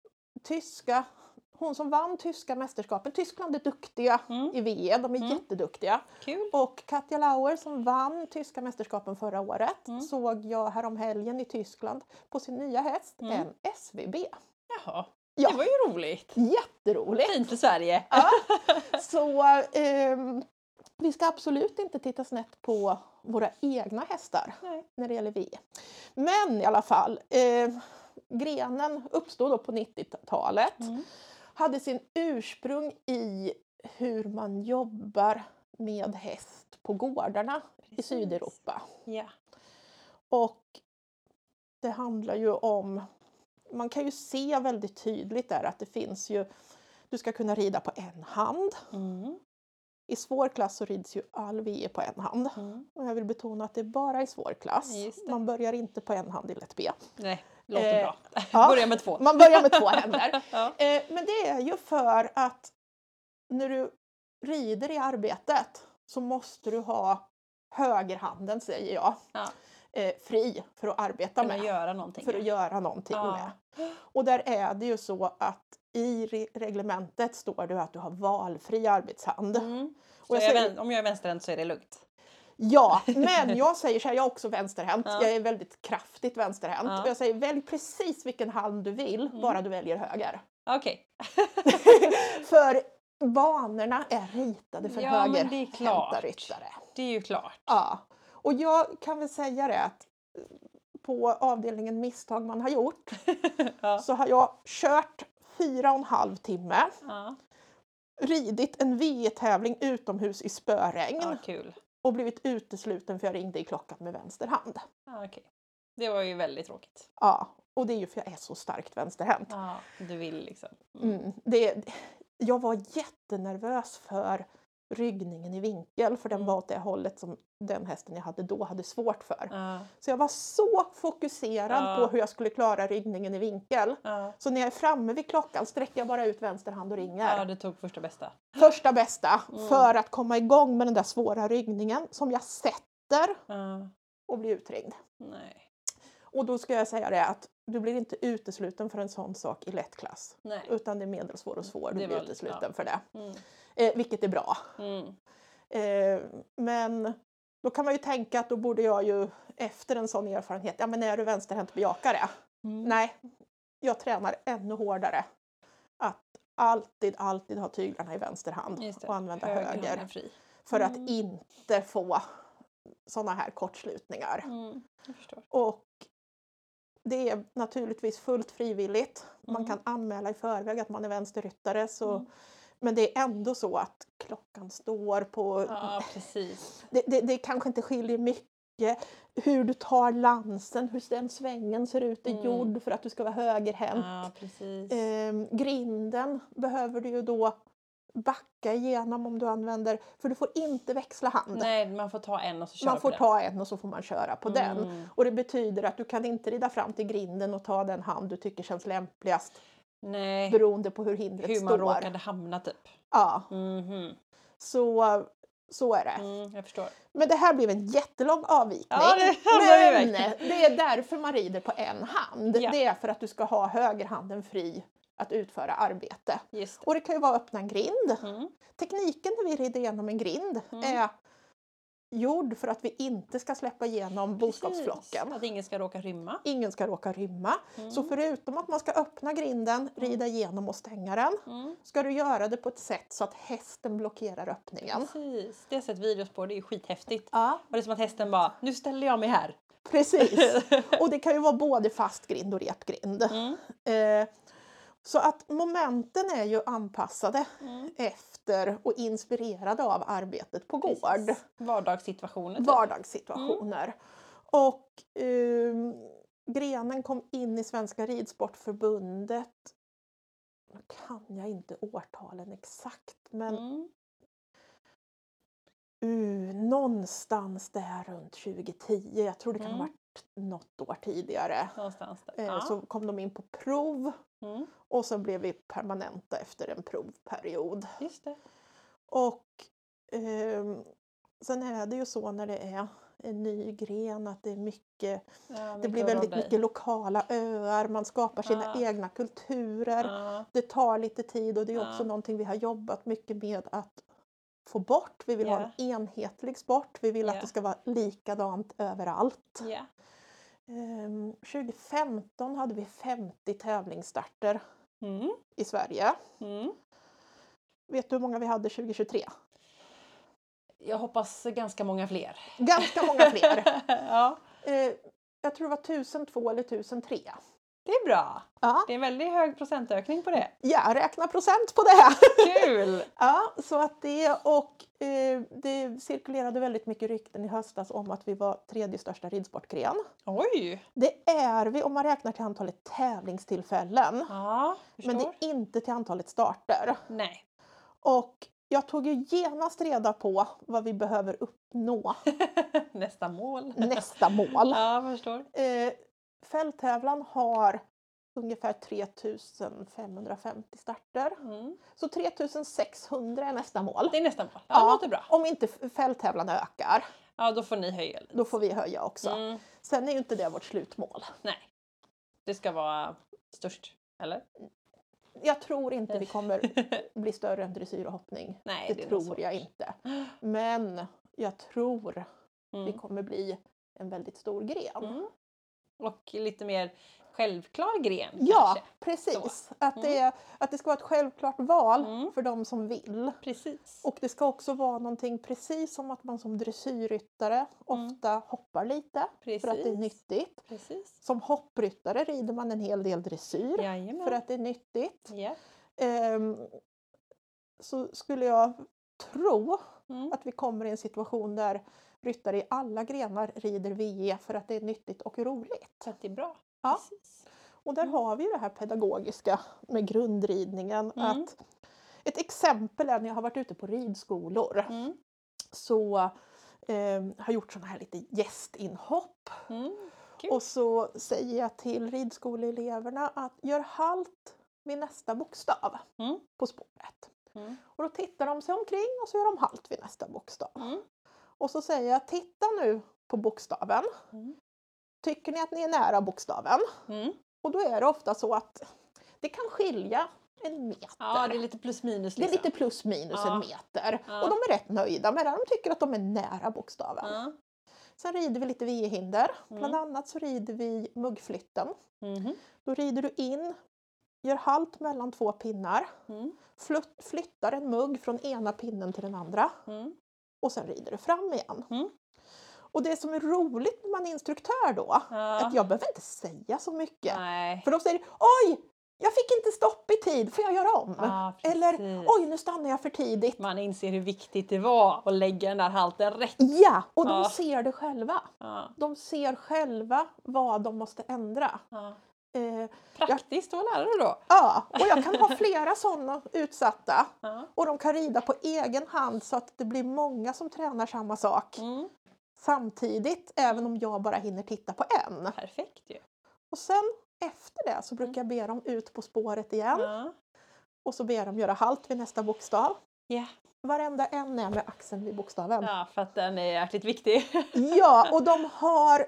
tyska, hon som vann tyska mästerskapen, Tyskland är duktiga Mm. i V, de är Mm. jätteduktiga. Kul. Och Katja Lauer som vann tyska mästerskapen förra året Mm. såg jag härom helgen i Tyskland på sin nya häst, Mm. en S V B. Jaha, Ja. det var ju roligt. Jätteroligt! Fint för Sverige. Ja. Så ehm, vi ska absolut inte titta snett på våra egna hästar Nej. när det gäller V. Men i alla fall, eh, grenen uppstod då på nittiotalet. Mm. Hade sin ursprung i hur man jobbar med häst på gårdarna i Precis. Sydeuropa. Ja. Och det handlar ju om, man kan ju se väldigt tydligt där att det finns ju, du ska kunna rida på en hand. Mm. I svår klass så rids ju all V på en hand. Mm. Och jag vill betona att det är bara i svår klass. Just det. Man börjar inte på en hand i lätt B. Nej, det låter Eh, bra. ja. Börja med två. Man börjar med två händer. Ja. Eh, men det är ju för att när du rider i arbetet så måste du ha högerhanden, säger jag, Ja. eh, fri för att arbeta Kunna med. göra någonting. För att göra någonting Ja. med. Och där är det ju så att i re- reglementet står det att du har valfri arbetshand. Mm. Och Så jag jag säger, vän- om jag är vänsterhänt så är det lugnt. ja, men jag säger så här, jag är också vänsterhänt. Ja. Jag är väldigt kraftigt vänsterhänt. Ja. Och jag säger, välj precis vilken hand du vill, Mm. bara du väljer höger. Okej. För banorna är ritade för Ja, men det är högerhänta klart. ryttare. Det är ju klart. Ja, och jag kan väl säga det att på avdelningen misstag man har gjort Ja. så har jag kört fyra och en halv timme, Ja. ridit en V E-tävling utomhus i spöregn Ja, kul. och blivit utesluten för jag ringde i klockan med vänster hand. Ja, okej. Det var ju väldigt tråkigt. Ja, och det är ju för jag är så starkt vänsterhänt. Ja, du vill liksom. Mm. Mm, det, jag var jättenervös för ryggningen i vinkel, för den Mm. var åt det hållet som den hästen jag hade då hade svårt för. Ja. Så jag var så fokuserad Ja. på hur jag skulle klara ryggningen i vinkel. Ja. Så när jag är framme vid klockan sträcker jag bara ut vänster hand och ringer. Ja, du tog första bästa. Första bästa Mm. för att komma igång med den där svåra ryggningen som jag sätter Ja. och blir utringd. Nej. Och då ska jag säga det att du blir inte utesluten för en sån sak i lätt klass. Nej. Utan det är medelsvår och svår du Det blir var- utesluten ja. för det. Mm. Eh, vilket är bra. Mm. Eh, men då kan man ju tänka att då borde jag ju efter en sån erfarenhet, ja men är du vänsterhänt, bejaka det. Mm. Nej, jag tränar ännu hårdare. Att alltid, alltid ha tyglarna i vänster hand Just det. och använda Högerhanden höger. är fri. För Mm. att inte få såna här kortslutningar. Mm. Jag förstår. Och det är naturligtvis fullt frivilligt. Man Mm. kan anmäla i förväg att man är vänsterryttare. Så, Mm. men det är ändå så att klockan står på... Ja, precis. Det, det, det kanske inte skiljer mycket hur du tar lansen, hur den svängen ser ut är Mm. gjord för att du ska vara högerhänt. Ja, precis. Ehm, grinden behöver du ju då backa igenom om du använder, för du får inte växla hand. Nej, man får ta en och så köra Man får på den. ta en och så får man köra på den. Mm. Och det betyder att du kan inte rida fram till grinden och ta den hand du tycker känns lämpligast Nej, beroende på hur hindret hur står. man råkade hamna typ. Ja, Mhm. så Så är det. Mm, jag förstår. Men det här blev en jättelång avvikning. Ja, det hamnar Men iväg. det är därför man rider på en hand. Ja. Det är för att du ska ha högerhanden fri att utföra arbete. Just det. Och det kan ju vara att öppna en grind. Mm. Tekniken när vi rider igenom en grind Mm. är gjord för att vi inte ska släppa igenom Precis. boskapsflocken. Att ingen ska råka rymma. Ingen ska råka rymma. Mm. Så förutom att man ska öppna grinden, rida igenom och stänga den, Mm. ska du göra det på ett sätt så att hästen blockerar öppningen. Precis. Det har jag sett videos på, det är ju skithäftigt. Ja, Och det är som att hästen bara, nu ställer jag mig här. precis. Och det kan ju vara både fast grind och repgrind. Mm. Eh, så att momenten är ju anpassade Mm. efter och inspirerade av arbetet på gård. Precis. Vardagssituationer. Typ. Vardagssituationer. Och ehm, grenen kom in i Svenska ridsportförbundet. Nu kan jag inte årtalen exakt, men Mm. uh, någonstans där runt tjugo tio. Jag tror det kan ha Mm. varit något år tidigare. Någonstans där. Eh, Ja. Så kom de in på prov Mm. och så blev vi permanenta efter en provperiod. Just det. Och ehm, sen är det ju så när det är en ny gren att det är mycket, Ja, det mycket blir att väldigt rodda i. mycket lokala öar, man skapar sina Ja. egna kulturer. Ja. Det tar lite tid och det är också Ja. någonting vi har jobbat mycket med att få bort. Vi vill ha Ja. en enhetlig sport, vi vill Ja. att det ska vara likadant överallt. Ja. Ehm, tjugo femton hade vi femtio tävlingsstarter Mm. i Sverige. Mm. Vet du hur många vi hade tjugo tjugotre? Jag hoppas ganska många fler. Ganska många fler. Ja, Eh, jag tror det var tusen två eller tusen tre. det är bra. Ja, Det är en väldigt hög procentökning på det. jag räknar procent på det. Kul! Ja, så att det och eh, det cirkulerade väldigt mycket rykten i höstas om att vi var tredje största ridsportgren. Oj! Det är vi om man räknar till antalet tävlingstillfällen. Ja, förstår. Men det är inte till antalet starter. Nej. Och jag tog ju genast reda på vad vi behöver uppnå Nästa mål. nästa mål. Ja, jag förstår. Eh, fälttävlan har ungefär tre tusen femhundrafemtio starter. Mm. Så tre tusen sexhundra är nästa mål. Det är nästa mål. Ja, det låter bra. Om inte f- fälttävlan ökar, Ja, då får ni höja lite. då får vi höja också. Mm. Sen är ju inte det vårt slutmål. Nej. Det ska vara störst, eller? Jag tror inte vi kommer bli större än dressyr och hoppning. Nej, det det är nog tror svårt. jag inte. Men jag tror vi Mm. kommer bli en väldigt stor gren. Mm. Och lite mer självklar gren Ja, kanske. precis. Att, Mm. det, att det ska vara ett självklart val Mm. för de som vill. Precis. Och det ska också vara någonting precis som att man som dressyrryttare Mm. ofta hoppar lite Precis. för att det är nyttigt. Precis. Som hoppryttare rider man en hel del dressyr Jajamän. för att det är nyttigt. Ja. Ehm, så skulle jag tro Mm. att vi kommer i en situation där ryttare i alla grenar rider V E för att det är nyttigt och roligt. Så att det är bra. Ja. Precis. Och där Mm. har vi ju det här pedagogiska med grundridningen. Mm. Att ett exempel är när jag har varit ute på ridskolor Mm. så eh, har gjort sådana här lite gästinhopp. Mm. Kul. Och så säger jag till ridskoleeleverna att gör halt vid nästa bokstav Mm. på spåret. Mm. Och då tittar de sig omkring och så gör de halt vid nästa bokstav. Mm. Och så säger jag titta nu på bokstaven. Mm. Tycker ni att ni är nära bokstaven? Mm. Och då är det ofta så att det kan skilja en meter. Ja, det är lite plus minus Det är liksom. lite plus minus Ja. en meter. Ja. Och de är rätt nöjda med det. De tycker att de är nära bokstaven. Ja. Sen rider vi lite V E-hinder. Mm. Bland annat så rider vi muggflytten. Mhm. Då rider du in, gör halt mellan två pinnar. Mm. Flytt, flyttar en mugg från ena pinnen till den andra. Mm. Och sen rider du fram igen. Mm. Och det som är roligt när man är instruktör då. Ja. Att jag behöver inte säga så mycket. Nej. För de säger oj! Jag fick inte stopp i tid, får jag göra om? Ja, Eller precis. oj, nu stannar jag för tidigt. Man inser hur viktigt det var att lägga den där halten rätt. Ja, och de Ja. ser det själva. Ja. De ser själva vad de måste ändra. Ja. Eh, Praktiskt att lära dig då. ja, och jag kan ha flera sådana utsatta. Ja. Och de kan rida på egen hand så att det blir många som tränar samma sak. Mm. Samtidigt, även om jag bara hinner titta på en. Perfekt ju. Och sen efter det så brukar jag be dem ut på spåret igen. Ja. Och så ber de göra halt vid nästa bokstav. Ja. Varenda en är med axeln vid bokstaven. Ja, för att den är jäkligt viktig. Ja, och de har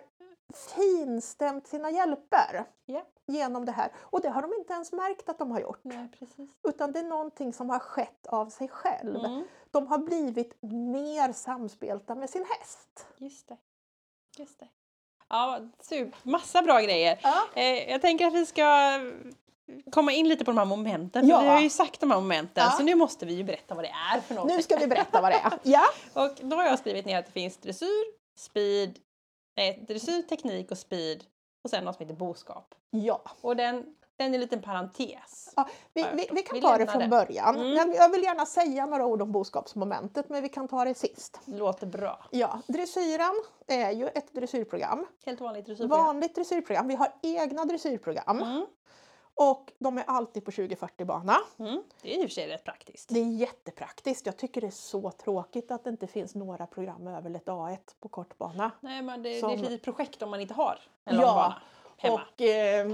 finstämt sina hjälper Ja. genom det här. Och det har de inte ens märkt att de har gjort. Nej, precis. Utan det är någonting som har skett av sig själv. Mm. De har blivit mer samspelta med sin häst. Just det. Just det. Ja, super. Massa bra grejer. Ja. Eh, jag tänker att vi ska komma in lite på de här momenten. För Ja. vi har ju sagt de här momenten. Ja. Så nu måste vi ju berätta vad det är för någonting. Nu ska vi berätta vad det är. Ja. Och då har jag skrivit ner att det finns dressyr, speed, nej, dressyr, teknik och speed. Och sen något som heter boskap. Ja. Och den, den är en liten parentes. Ja, vi, vi, vi kan Vi ta det lämnar från det. början. Mm. Men jag vill gärna säga några ord om boskapsmomentet, men vi kan ta det sist. Låter bra. Ja, dressyren är ju ett dressyrprogram. Helt vanligt dressyrprogram. Vanligt dressyrprogram. Vi har egna dressyrprogram. Mm. Och de är alltid på tjugo fyrtio bana. Mm. Det är i och för sig rätt praktiskt. Det är jättepraktiskt. Jag tycker det är så tråkigt att det inte finns några program över ett A ett på kortbana. Nej, men det, Som- det är ett litet projekt om man inte har en Ja, lång bana hemma. Och eh,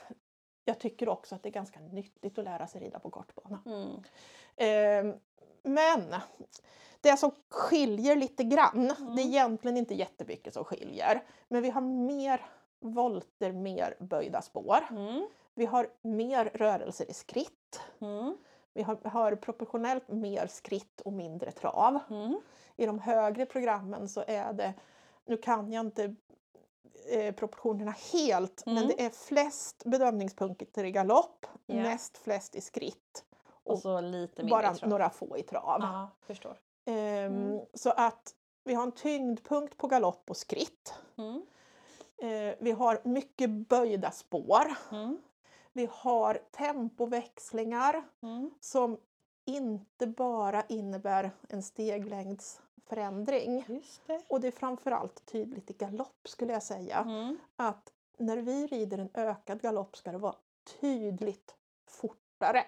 jag tycker också att det är ganska nyttigt att lära sig rida på kortbana. Mm. Eh, men det som skiljer lite grann, Mm. det är egentligen inte jättemycket som skiljer. Men vi har mer volter, mer böjda spår. Mm. Vi har mer rörelser i skritt. Mm. Vi har, har proportionellt mer skritt och mindre trav. Mm. I de högre programmen så är det, nu kan jag inte eh, proportionerna helt, Mm. men det är flest bedömningspunkter i galopp, Ja. näst flest i skritt Och och så lite mindre bara trav. några få i trav. Ja, förstår. Ehm, Mm. Så att vi har en tyngdpunkt på galopp och skritt. Mm. Eh, vi har mycket böjda spår. Mm. Vi har tempoväxlingar Mm. som inte bara innebär en steglängdsförändring. Just det. Och det är framförallt tydligt i galopp skulle jag säga. Mm. Att när vi rider en ökad galopp ska det vara tydligt fortare.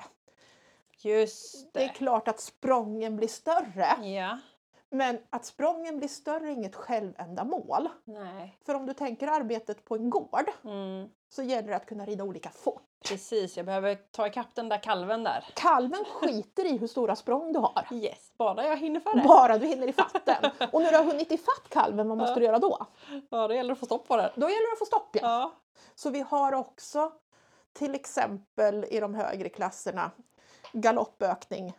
Just Det det. är klart att sprången blir större. Ja. Men att sprången blir större är inget självändamål. Nej. För om du tänker arbetet på en gård Mm. så gäller det att kunna rida olika fort. Precis, jag behöver ta ikapp den där kalven där. Kalven skiter i hur stora språng du har. Yes, bara jag hinner för det. Bara du hinner i fatten. Och när du har hunnit i fatt kalven, vad måste Ja. du göra då? Ja, det gäller att få stopp på det. Då gäller det att få stopp, ja. Ja. Så vi har också till exempel i de högre klasserna galoppökning,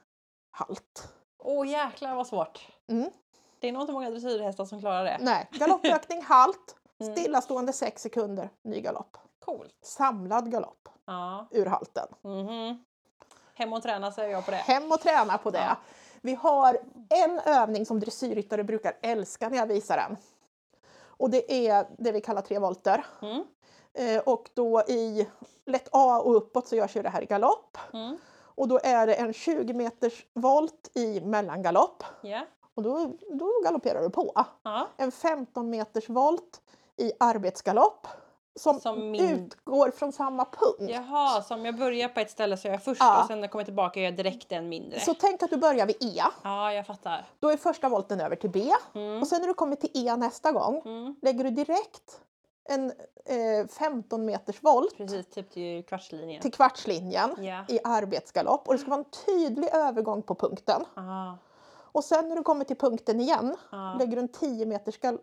halt. Åh jäklar vad svårt. Mm. Det är nog inte många dressyrhästar som klarar det. Nej, galoppökning, halt, Mm. stillastående sex sekunder, ny galopp. Coolt. Samlad galopp Ja. ur halten. Mhm. Hem och träna säger jag på det. Hem och träna på det. Ja. Vi har en övning som dressyrryttare brukar älska när jag visar den. Och det är det vi kallar tre volter. Mm. Eh, och då i lätt A och uppåt så görs ju det här i galopp. Mm. Och då är det en tjugo meters volt i mellangalopp. Ja. Och då, då galopperar du på. Ja. En femton meters volt i arbetsgalopp. Som, Som min- utgår från samma punkt. Jaha, så om jag börjar på ett ställe så är jag först Ja. och sen när jag kommer tillbaka gör jag direkt en mindre. Så tänk att du börjar vid E. Ja, jag fattar. Då är första volten över till B. Mm. Och sen när du kommer till E nästa gång Mm. lägger du direkt en eh, femton meters volt Precis, typ till kvartslinjen. till kvartslinjen Ja. i arbetsgalopp. Och det ska vara en tydlig övergång på punkten. Ah, Och sen när du kommer till punkten igen ah, lägger du en tio meters gal-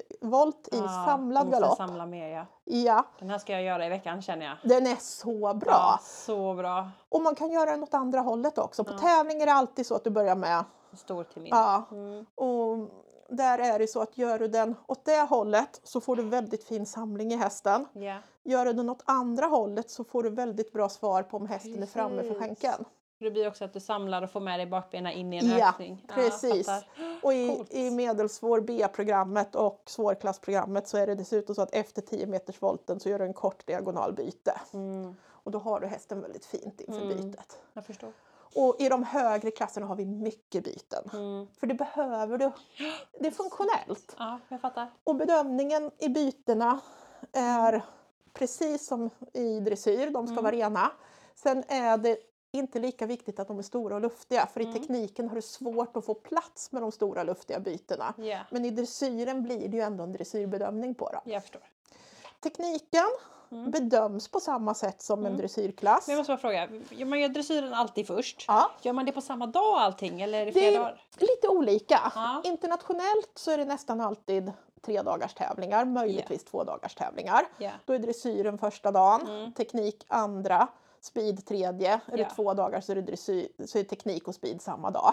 volt i ah, samlad jag måste galopp. samla mer, ja. Ja, Den här ska jag göra i veckan känner jag. den är så bra. Ja, så bra. Och man kan göra den åt andra hållet också. På Ja. tävling är det alltid så att du börjar med. Stor till min. Ja, Mm. och där är det så att gör du den åt det hållet så får du väldigt fin samling i hästen. Ja. Gör du den åt andra hållet så får du väldigt bra svar på om hästen är framme för Precis. skänken. Det blir också att du samlar och får med dig bakbenen in i en Ja, ökning. Ja, precis. fattar. Och i, Coolt. i medelsvår B-programmet och svårklassprogrammet så är det dessutom så att efter tio meters volten så gör du en kort diagonalbyte. Mm, Och då har du hästen väldigt fint inför Mm. bytet. jag förstår. Och i de högre klasserna har vi mycket byten. Mm. För det behöver du. Det är funktionellt. Ja, jag fattar. Och bedömningen i bytena är precis som i dressyr, de ska Mm. vara rena. Sen är det inte lika viktigt att de är stora och luftiga, för Mm. i tekniken har du svårt att få plats med de stora luftiga bytena. Ja, Men i dressyren blir det ju ändå en dressyrbedömning på dem. jag förstår. Tekniken mm. bedöms på samma sätt som mm. en dressyrklass. Men jag måste bara fråga, gör man gör dressyren alltid först? Ja. Gör man det på samma dag allting eller är det flera dagar? Det är lite olika. Ja. Internationellt så är det nästan alltid tre dagars tävlingar, möjligtvis yeah. två dagars tävlingar. Yeah. Då är dressyren första dagen, mm. teknik andra, speed tredje. Är yeah. det två dagar så är det dressyr, så är det teknik och speed samma dag.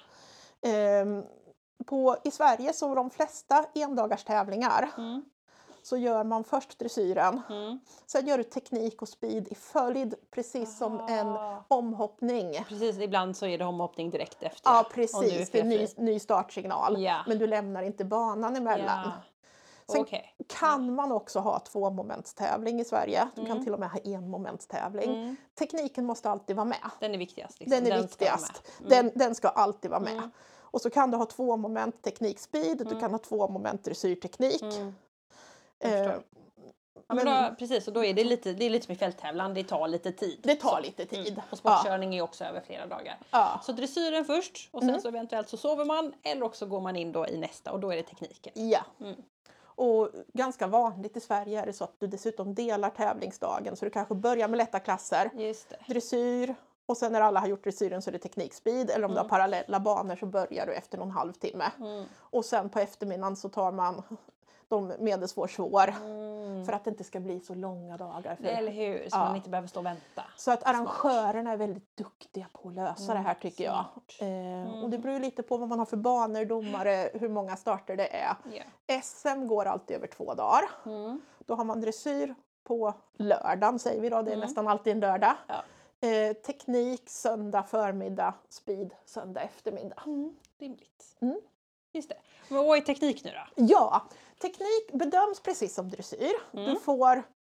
Yeah. Um, på, I Sverige så de flesta endagars tävlingar mm. så gör man först dressyren. Mm. Sen gör du teknik och speed i följd, precis Aha. som en omhoppning. Precis, ibland så är det omhoppning direkt efter. Ja, precis. Det är en ny, ny startsignal. Ja. Men du lämnar inte banan emellan. Ja. Sen okay. kan man också ha två momentstävling i Sverige. Du mm. kan till och med ha en momentstävling. Mm. Tekniken måste alltid vara med. Den är viktigast. Liksom. Den är den viktigast. Ska mm. den, den ska alltid vara med. Mm. Och så kan du ha två moment teknik speed. Mm. Du kan ha två moment dressyrteknik. Mm. Eh, Ja, men då, precis, och då är det lite, det är lite som i fälttävlan, det tar lite tid. Det tar så. lite tid. Mm. Och sportkörning ja. är också över flera dagar. Ja. Så dressyren först och sen mm. så eventuellt så sover man eller också går man in då i nästa och då är det tekniken. Ja. Mm. Och ganska vanligt i Sverige är det så att du dessutom delar tävlingsdagen. Så du kanske börjar med lätta klasser, Just det. dressyr och sen när alla har gjort dressyren så är det teknikspeed. Eller om mm. du har parallella banor så börjar du efter någon halvtimme. Mm. Och sen på eftermiddagen så tar man de medelsvår svår. Mm. För att det inte ska bli så långa dagar. För, eller hur, så ja. man inte behöver stå och vänta. Så att arrangörerna är väldigt duktiga på att lösa mm. det här tycker jag. Eh, mm. Och det beror ju lite på vad man har för banor, domare, hur många starter det är. Yeah. S M går alltid över två dagar. Mm. Då har man dressyr på lördagen säger vi då, det är mm. nästan alltid en lördag. Ja. Eh, teknik söndag förmiddag, speed söndag eftermiddag. Mm. Rimligt. Mm. Just det. Men vad är teknik nu då? Ja, teknik bedöms precis som dressyr. Mm. Du får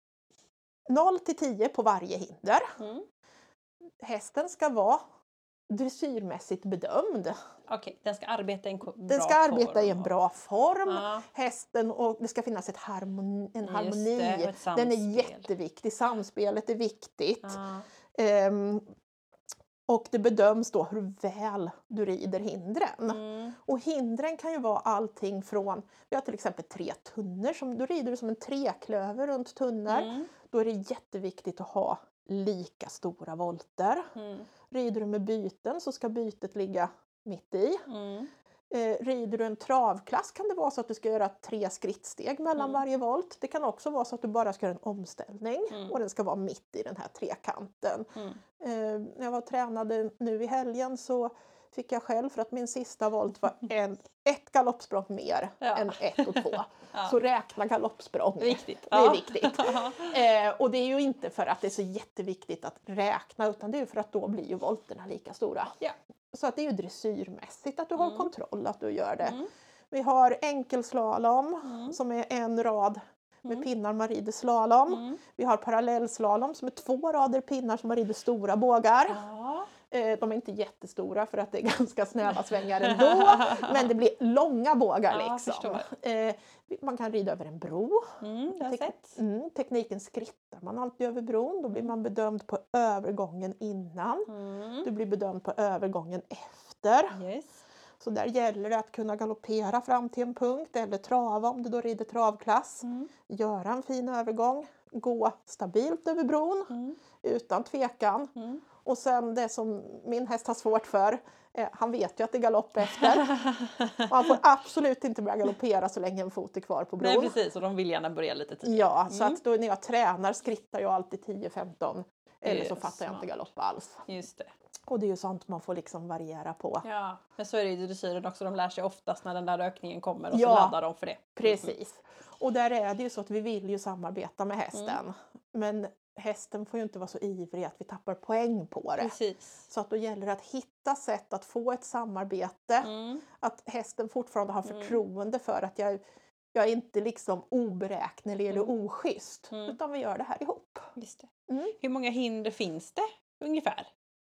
noll till tio på varje hinder. Mm. Hästen ska vara dressyrmässigt bedömd. Okej, okay, den ska arbeta i en bra form. Den ska arbeta i en bra form. Ja. Hästen och det ska finnas ett harmoni, en harmoni. Det, den är jätteviktig. Samspelet är viktigt. Ja. Um, och det bedöms då hur väl du rider hindren. Mm. Och hindren kan ju vara allting från, vi har till exempel tre tunnor, som, då rider du som en treklöver runt tunnor. Mm. Då är det jätteviktigt att ha lika stora volter. Mm. Rider du med byten så ska bytet ligga mitt i. Mm. Eh, rider du en travklass kan det vara så att du ska göra tre skrittsteg mellan mm. varje volt. Det kan också vara så att du bara ska göra en omställning mm. och den ska vara mitt i den här trekanten. Mm. Eh, när jag var tränade nu i helgen så fick jag själv för att min sista volt var en, ett galoppsprång mer ja. än ett och två. Ja. Så räkna galoppsprång. Viktigt. Det är ja. viktigt. eh, och det är ju inte för att det är så jätteviktigt att räkna utan det är för att då blir ju volterna lika stora. Ja. Så att det är ju dressyrmässigt att du mm. har kontroll att du gör det. Mm. Vi har enkelslalom mm. som är en rad med mm. pinnar man rider slalom. Mm. Vi har parallellslalom som är två rader pinnar som man rider stora bågar. Ja. Eh, de är inte jättestora för att det är ganska snäva svängar ändå. Men det blir långa bågar ja, liksom. Eh, man kan rida över en bro. Mm, det har jag sett. Mm, tekniken skrittar man alltid över bron. Då blir man bedömd på övergången innan. Mm. Du blir bedömd på övergången efter. Yes. Så där gäller det att kunna galoppera fram till en punkt eller trava om du då rider travklass. Mm. Göra en fin övergång. Gå stabilt över bron mm. utan tvekan. Mm. Och sen det som min häst har svårt för, eh, han vet ju att det är galopp efter. Och han får absolut inte börja galoppera så länge en fot är kvar på bron. Nej precis, och de vill gärna börja lite tidigare. Ja, mm. så att då när jag tränar skrittar jag alltid tio femton. Eller så så fattar smart. jag inte galopp alls. Just det. Och det är ju sånt man får liksom variera på. Ja, men så är det ju i dressyren också. De lär sig oftast när den där ökningen kommer och ja, så laddar de för det. Precis. Och där är det ju så att vi vill ju samarbeta med hästen. Mm. Men hästen får ju inte vara så ivrig att vi tappar poäng på det. Precis. Så att då gäller det att hitta sätt att få ett samarbete. Mm. Att hästen fortfarande har förtroende för att jag, jag är inte liksom oberäknelig eller Mm. oschysst. Mm. Utan vi gör det här ihop. Just det. Mm. Hur många hinder finns det ungefär?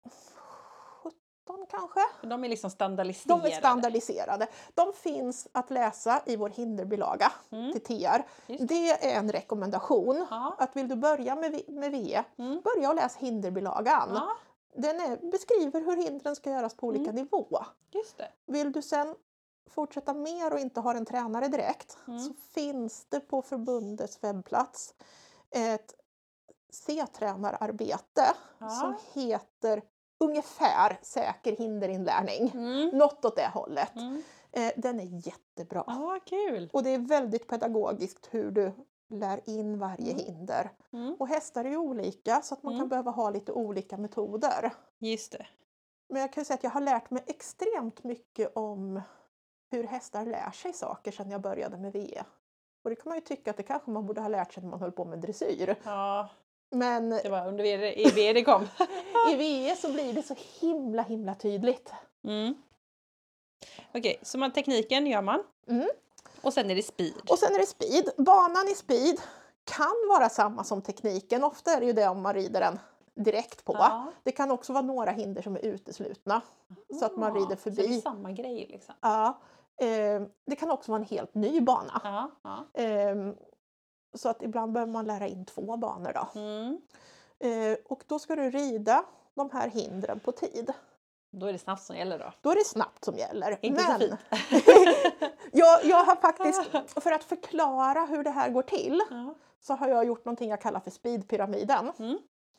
sjutton kanske. De är liksom standardiserade. De är standardiserade. De finns att läsa i vår hinderbilaga mm. till T R. Just. Det är en rekommendation. Ja. Att vill du börja med, med V, mm. börja och läs hinderbilagan. Ja. Den är, beskriver hur hindren ska göras på olika mm. nivå. Just det. Vill du sen fortsätta mer och inte har en tränare direkt mm. så finns det på förbundets webbplats ett C-tränararbete Ja. som heter ungefär säker hinderinlärning. Mm. Något åt det hållet. Mm. Eh, den är jättebra. Ja, kul. Och det är väldigt pedagogiskt hur du lär in varje Mm. hinder. Mm. Och hästar är ju olika så att man Mm. kan behöva ha lite olika metoder. Just det. Men jag kan ju säga att jag har lärt mig extremt mycket om hur hästar lär sig saker sedan jag började med V E. Och det kan man ju tycka att det kanske man borde ha lärt sig när man höll på med dressyr. Ja, Men det var under V D, i V D kom. i V E så blir det så himla himla tydligt. Mm. Okej, okay, så man, tekniken gör man. Mm. Och sen är det speed. Och sen är det speed. Banan i speed kan vara samma som tekniken. Ofta är det ju det om man rider den direkt på. Ja. Det kan också vara några hinder som är uteslutna. Mm. Så att man rider Så det förbi. är samma grej liksom. Ja. Eh, det kan också vara en helt ny bana. Ja, ja. Eh, så att ibland behöver man lära in två banor då. Mm. Eh, och då ska du rida de här hindren på tid. Då är det snabbt som gäller då. Då är det snabbt som gäller. Inte Men så fint. jag, jag har faktiskt, för att förklara hur det här går till, Ja. så har jag gjort någonting jag kallar för speedpyramiden. Mm.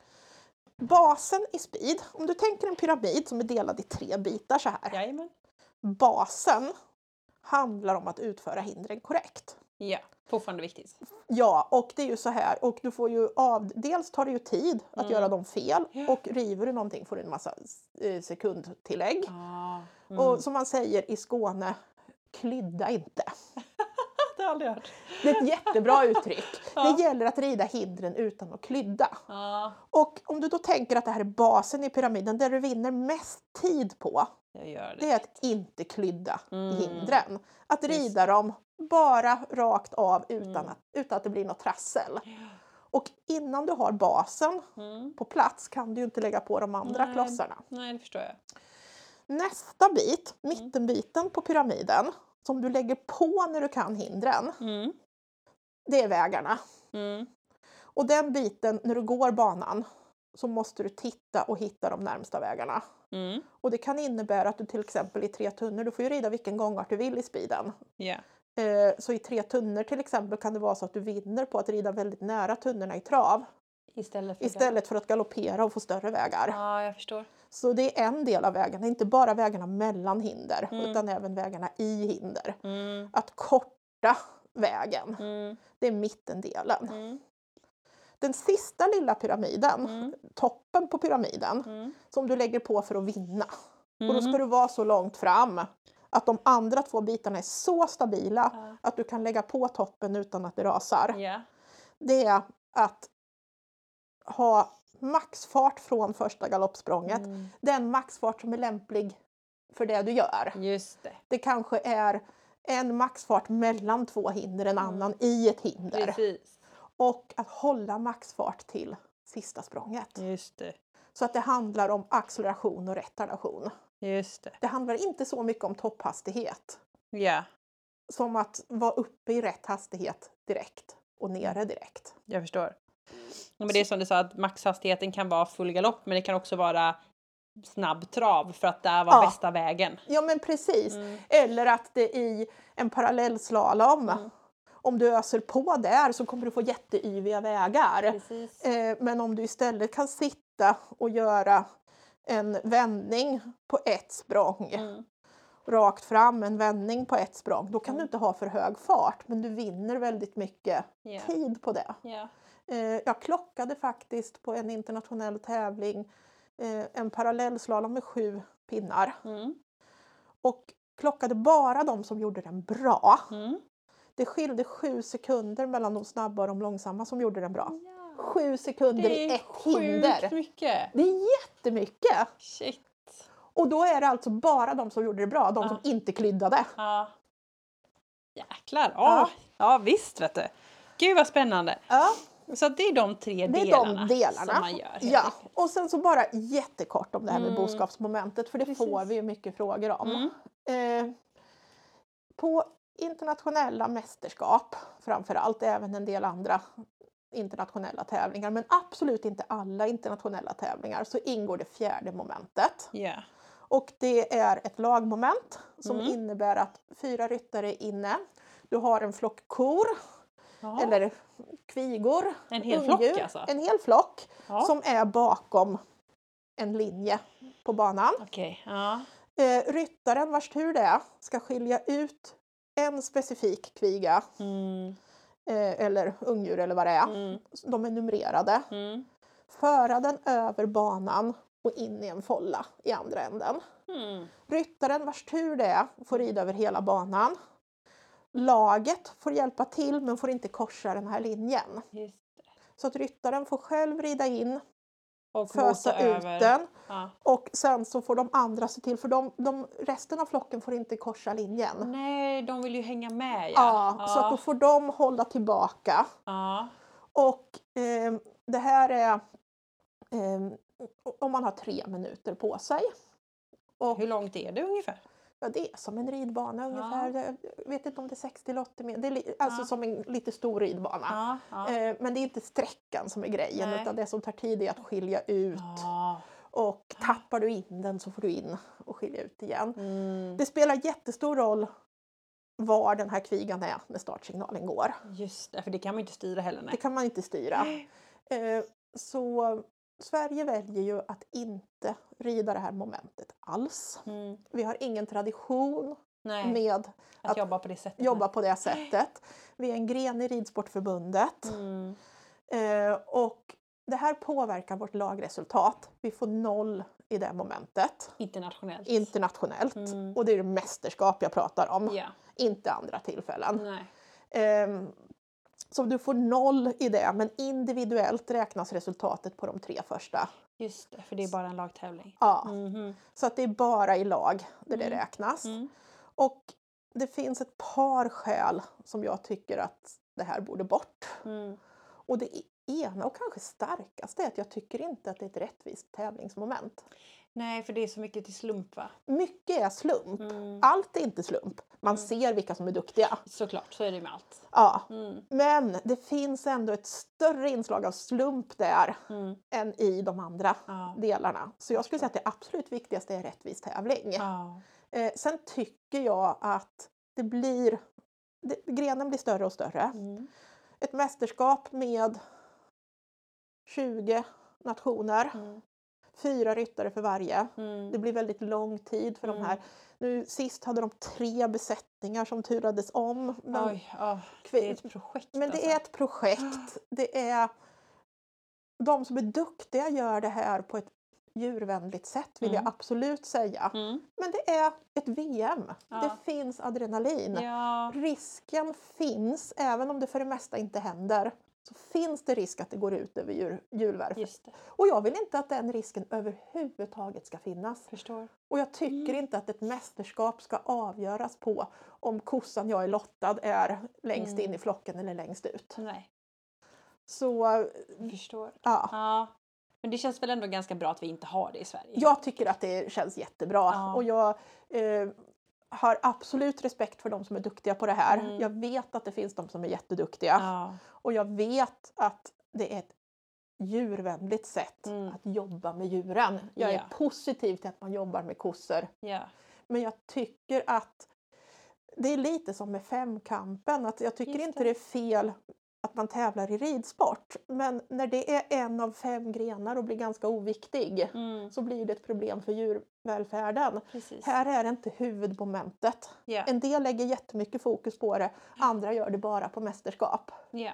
Basen i speed, om du tänker en pyramid som är delad i tre bitar så här. Jajamän. Basen handlar om att utföra hindren korrekt. Ja, fortfarande viktigt. Ja, och det är ju så här, och du får ju av, dels tar det ju tid att Mm. göra dem fel, Ja. och river du någonting får du en massa eh, sekundtillägg. Ja. Mm. Och som man säger i Skåne, klydda inte. Det har jag aldrig hört. Det är ett jättebra uttryck. Ja. Det gäller att rida hindren utan att klydda. Ja, Och om du då tänker att det här är basen i pyramiden, där du vinner mest tid på, jag gör det. det är att inte klydda Mm. i hindren. Att Just rida dem bara rakt av utan, Mm. att, utan att det blir något trassel. Och innan du har basen Mm. på plats kan du ju inte lägga på de andra Nej. klossarna. Nej, det förstår jag. Nästa bit, mittenbiten på pyramiden, som du lägger på när du kan hindren, Mm. det är vägarna. Mm. Och den biten, när du går banan, så måste du titta och hitta de närmsta vägarna. Mm. Och det kan innebära att du till exempel i tre tunnor, du får ju rida vilken gångart du vill i speeden. Ja. Eh, så i tre tunnor till exempel kan det vara så att du vinner på att rida väldigt nära tunnorna i trav. Istället för Istället för att galoppera och få större vägar. Ja, jag förstår. Så det är en del av vägarna, inte bara vägarna mellan hinder, Mm. utan även vägarna i hinder. Mm. Att korta vägen, Mm. det är mittendelen. Mm. Den sista lilla pyramiden, Mm. toppen på pyramiden, Mm. som du lägger på för att vinna. Och då ska Mm. du vara så långt fram att de andra två bitarna är så stabila Ja. att du kan lägga på toppen utan att det rasar. Ja. Det är att ha maxfart från första galoppsprånget. Mm. Den maxfart som är lämplig för det du gör. Just det. Det kanske är en maxfart mellan två hinder, en annan i ett hinder. Precis. Och att hålla maxfart till sista språnget. Just det. Så att det handlar om acceleration och retardation. Just det. Det handlar inte så mycket om topphastighet Ja, som att vara uppe i rätt hastighet direkt och nere direkt. jag förstår. Ja, men det är som du sa att maxhastigheten kan vara full galopp, men det kan också vara snabb trav för att det var Ja. bästa vägen. Ja, men precis. Mm. Eller att det i en parallellslalom, Mm. om du öser på där så kommer du få jätteyviga vägar. Precis. Eh, men om du istället kan sitta och göra en vändning på ett språng, Mm. rakt fram, en vändning på ett språng, då kan Mm. du inte ha för hög fart, men du vinner väldigt mycket Ja. tid på det. Ja. Eh, jag klockade faktiskt på en internationell tävling eh, en parallellslalom med sju pinnar Mm. och klockade bara de som gjorde den bra. Mm. Det skilde sju sekunder mellan de snabba och de långsamma som gjorde den bra. Ja. Sju sekunder Det i är ett sjukt hinder. mycket. Det är jättemycket! Shit. Och då är det alltså bara de som gjorde det bra, de Ja. som inte kryddade. Ja. Jäklar. Ja. Ja. Ja, visst vet du. Gud vad spännande. Ja, Så att det är de tre det är delarna, de delarna. som man gör. helt Ja, enkelt. och sen så bara jättekort om det här med Mm. boskapsmomentet, för det Precis. får vi ju mycket frågor om. Mm. Eh, på internationella mästerskap framförallt, även en del andra internationella tävlingar, men absolut inte alla internationella tävlingar, så ingår det fjärde momentet. Ja. Och det är ett lagmoment som Mm. innebär att fyra ryttare är inne. Du har en flock kor Jaha. eller kvigor. En hel ungdjur, flock alltså? En hel flock Ja. som är bakom en linje på banan. Okej, ja. Eh, ryttaren vars tur det är ska skilja ut en specifik kviga Mm. eh, eller ungdjur eller vad det är. Mm. De är numrerade. Mm. Föra den över banan och in i en folla i andra änden. Mm. Ryttaren vars tur det är får rida över hela banan. Laget får hjälpa till men får inte korsa den här linjen. Just det. Så att ryttaren får själv rida in, Och fösa mota ut över. den Ja. och sen så får de andra se till, för de, de, resten av flocken får inte korsa linjen. Nej, de vill ju hänga med. Ja, Ja, så att då får de hålla tillbaka. ja. Och eh, det här är eh, om man har tre minuter på sig. Och, Hur långt är det ungefär? ja, det är som en ridbana ungefär. Jag vet inte om det är sextio eller åttio meter. Det är li- alltså Ja. som en lite stor ridbana. Ja, ja. Eh, men det är inte sträckan som är grejen, Nej. utan det som tar tid är att skilja ut. Ja. Och tappar du in den så får du in och skilja ut igen. Mm. Det spelar jättestor roll var den här kvigan är när startsignalen går. Just det, för det kan man inte styra heller. Det Nej. kan man inte styra. Eh, så Sverige väljer ju att inte rida det här momentet alls. Mm. Vi har ingen tradition Nej. med Att, att jobba på det sättet. jobba på det sättet. Vi är en gren i Ridsportförbundet. Mm. Eh, och det här påverkar vårt lagresultat. Vi får noll i det momentet. Internationellt. Internationellt. Mm. Och det är det mästerskap jag pratar om. Ja. Inte andra tillfällen. Nej. Eh, så du får noll i det. Men individuellt räknas resultatet på de tre första. Just det, för det är bara en lagtävling. Ja. Mhm. Så att det är bara i lag där det Mm. räknas. Mm. Och det finns ett par skäl som jag tycker att det här borde bort. Mm. Och det ena och kanske starkaste är att jag tycker inte att det är ett rättvist tävlingsmoment. Nej, för det är så mycket till slump, va? Mycket är slump. Mm. Allt är inte slump. Man Mm. ser vilka som är duktiga. Såklart, så är det med allt. Ja. Mm. Men det finns ändå ett större inslag av slump där Mm. än i de andra Ja. delarna. Så jag skulle säga att det absolut viktigaste är rättvis tävling. Ja. Eh, sen tycker jag att det blir, det, grenen blir större och större. Mm. Ett mästerskap med tjugo nationer, Mm. fyra ryttare för varje. Mm. Det blir väldigt lång tid för Mm. de här. Nu sist hade de tre besättningar som turades om. Men, Oj, ja. Det är ett projekt. men det alltså. är ett projekt. Det är, de som är duktiga gör det här på ett djurvänligt sätt vill Mm. jag absolut säga. Mm. Men det är ett V M. Ja. Det finns adrenalin. Ja. Risken finns, även om det för det mesta inte händer, så finns det risk att det går ut över djur, djurvälfärd. Just det. Och jag vill inte att den risken överhuvudtaget ska finnas. Förstår. Och jag tycker Mm. inte att ett mästerskap ska avgöras på om kossan jag är lottad är längst Mm. in i flocken eller längst ut. Nej, Så jag förstår. ja, Ja. Men det känns väl ändå ganska bra att vi inte har det i Sverige. jag tycker att det känns jättebra. Ja. Och jag eh, har absolut respekt för de som är duktiga på det här. Mm. Jag vet att det finns de som är jätteduktiga. Ja. Och jag vet att det är ett djurvänligt sätt Mm. att jobba med djuren. Jag är Ja. positiv till att man jobbar med kossor. Ja. Men jag tycker att det är lite som med femkampen. Att jag tycker Just inte det. det är fel att man tävlar i ridsport. Men när det är en av fem grenar och blir ganska oviktig Mm. så blir det ett problem för djurvälfärden. Precis. Här är det inte huvudmomentet. Ja. En del lägger jättemycket fokus på det, andra gör det bara på mästerskap. Ja.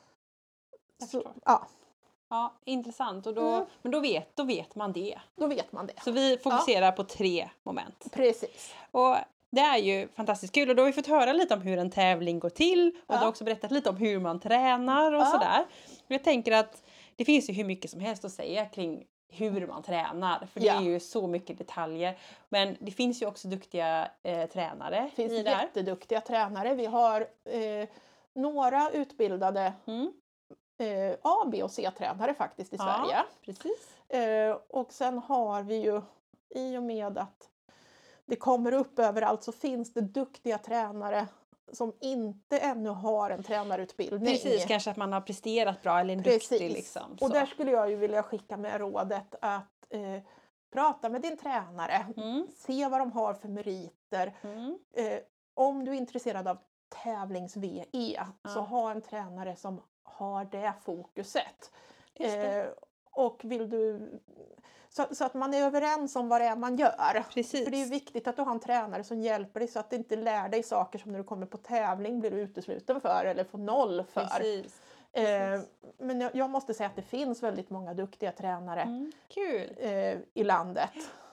Jag Så, förstår. ja, Ja, intressant. Och då, Mm. Men då vet, då vet man det. då vet man det. Så vi fokuserar på tre moment. Precis. Och det är ju fantastiskt kul och då har vi fått höra lite om hur en tävling går till och Ja. du har också berättat lite om hur man tränar och Ja. sådär. Och jag tänker att det finns ju hur mycket som helst att säga kring hur man tränar för det Ja. är ju så mycket detaljer. Men det finns ju också duktiga eh, tränare Det finns i det här. jätteduktiga tränare. Vi har eh, några utbildade Mm. eh, A, B och C-tränare faktiskt i Ja. Sverige. Precis. Eh, och sen har vi ju, i och med att det kommer upp överallt, så finns det duktiga tränare som inte ännu har en tränarutbildning. Precis, kanske att man har presterat bra eller en Precis. duktig liksom. Och så. där skulle jag ju vilja skicka med rådet att eh, prata med din tränare. Mm. Se vad de har för meriter. Mm. Eh, om du är intresserad av tävlings-V E. Ja. Så ha en tränare som har det fokuset. Just det. Eh, och vill du... Så, så att man är överens om vad det är man gör. Precis. För det är viktigt att du har en tränare som hjälper dig så att du inte lär dig saker som när du kommer på tävling blir du utesluten för eller får noll för. Precis. Eh, men jag, jag måste säga att det finns väldigt många duktiga tränare Mm. Kul. eh, i landet.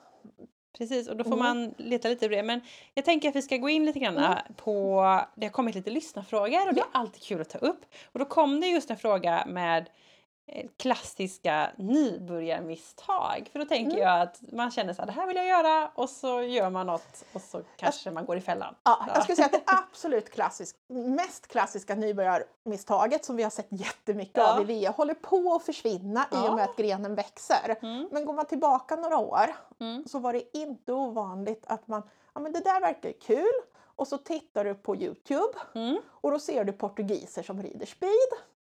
Precis, och då får Mm. man leta lite på det. Men jag tänker att vi ska gå in lite grann Mm. på... Det har kommit lite lyssnarfrågor och det är alltid kul att ta upp. Och då kom det just en fråga med eh, klassiska nybörjarmisstag. För då tänker Mm. jag att man känner så här, det här vill jag göra och så gör man något och så kanske man går i fällan. Ja, jag skulle säga att det absolut klassisk, mest klassiska nybörjarmisstaget som vi har sett jättemycket Ja. av i V E håller på att försvinna i och med att grenen växer. Mm. Men går man tillbaka några år Mm. så var det inte ovanligt att man, ja men det där verkar kul och så tittar du på YouTube Mm. och då ser du portugiser som rider speed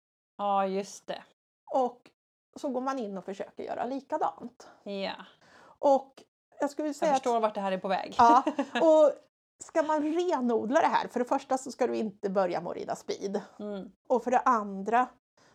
Ja, just det. och så går man in och försöker göra likadant. Ja. Och jag skulle säga Jag att, förstår vart det här är på väg. ja, och ska man renodla det här, för det första så ska du inte börja med att rida speed. Mm. Och för det andra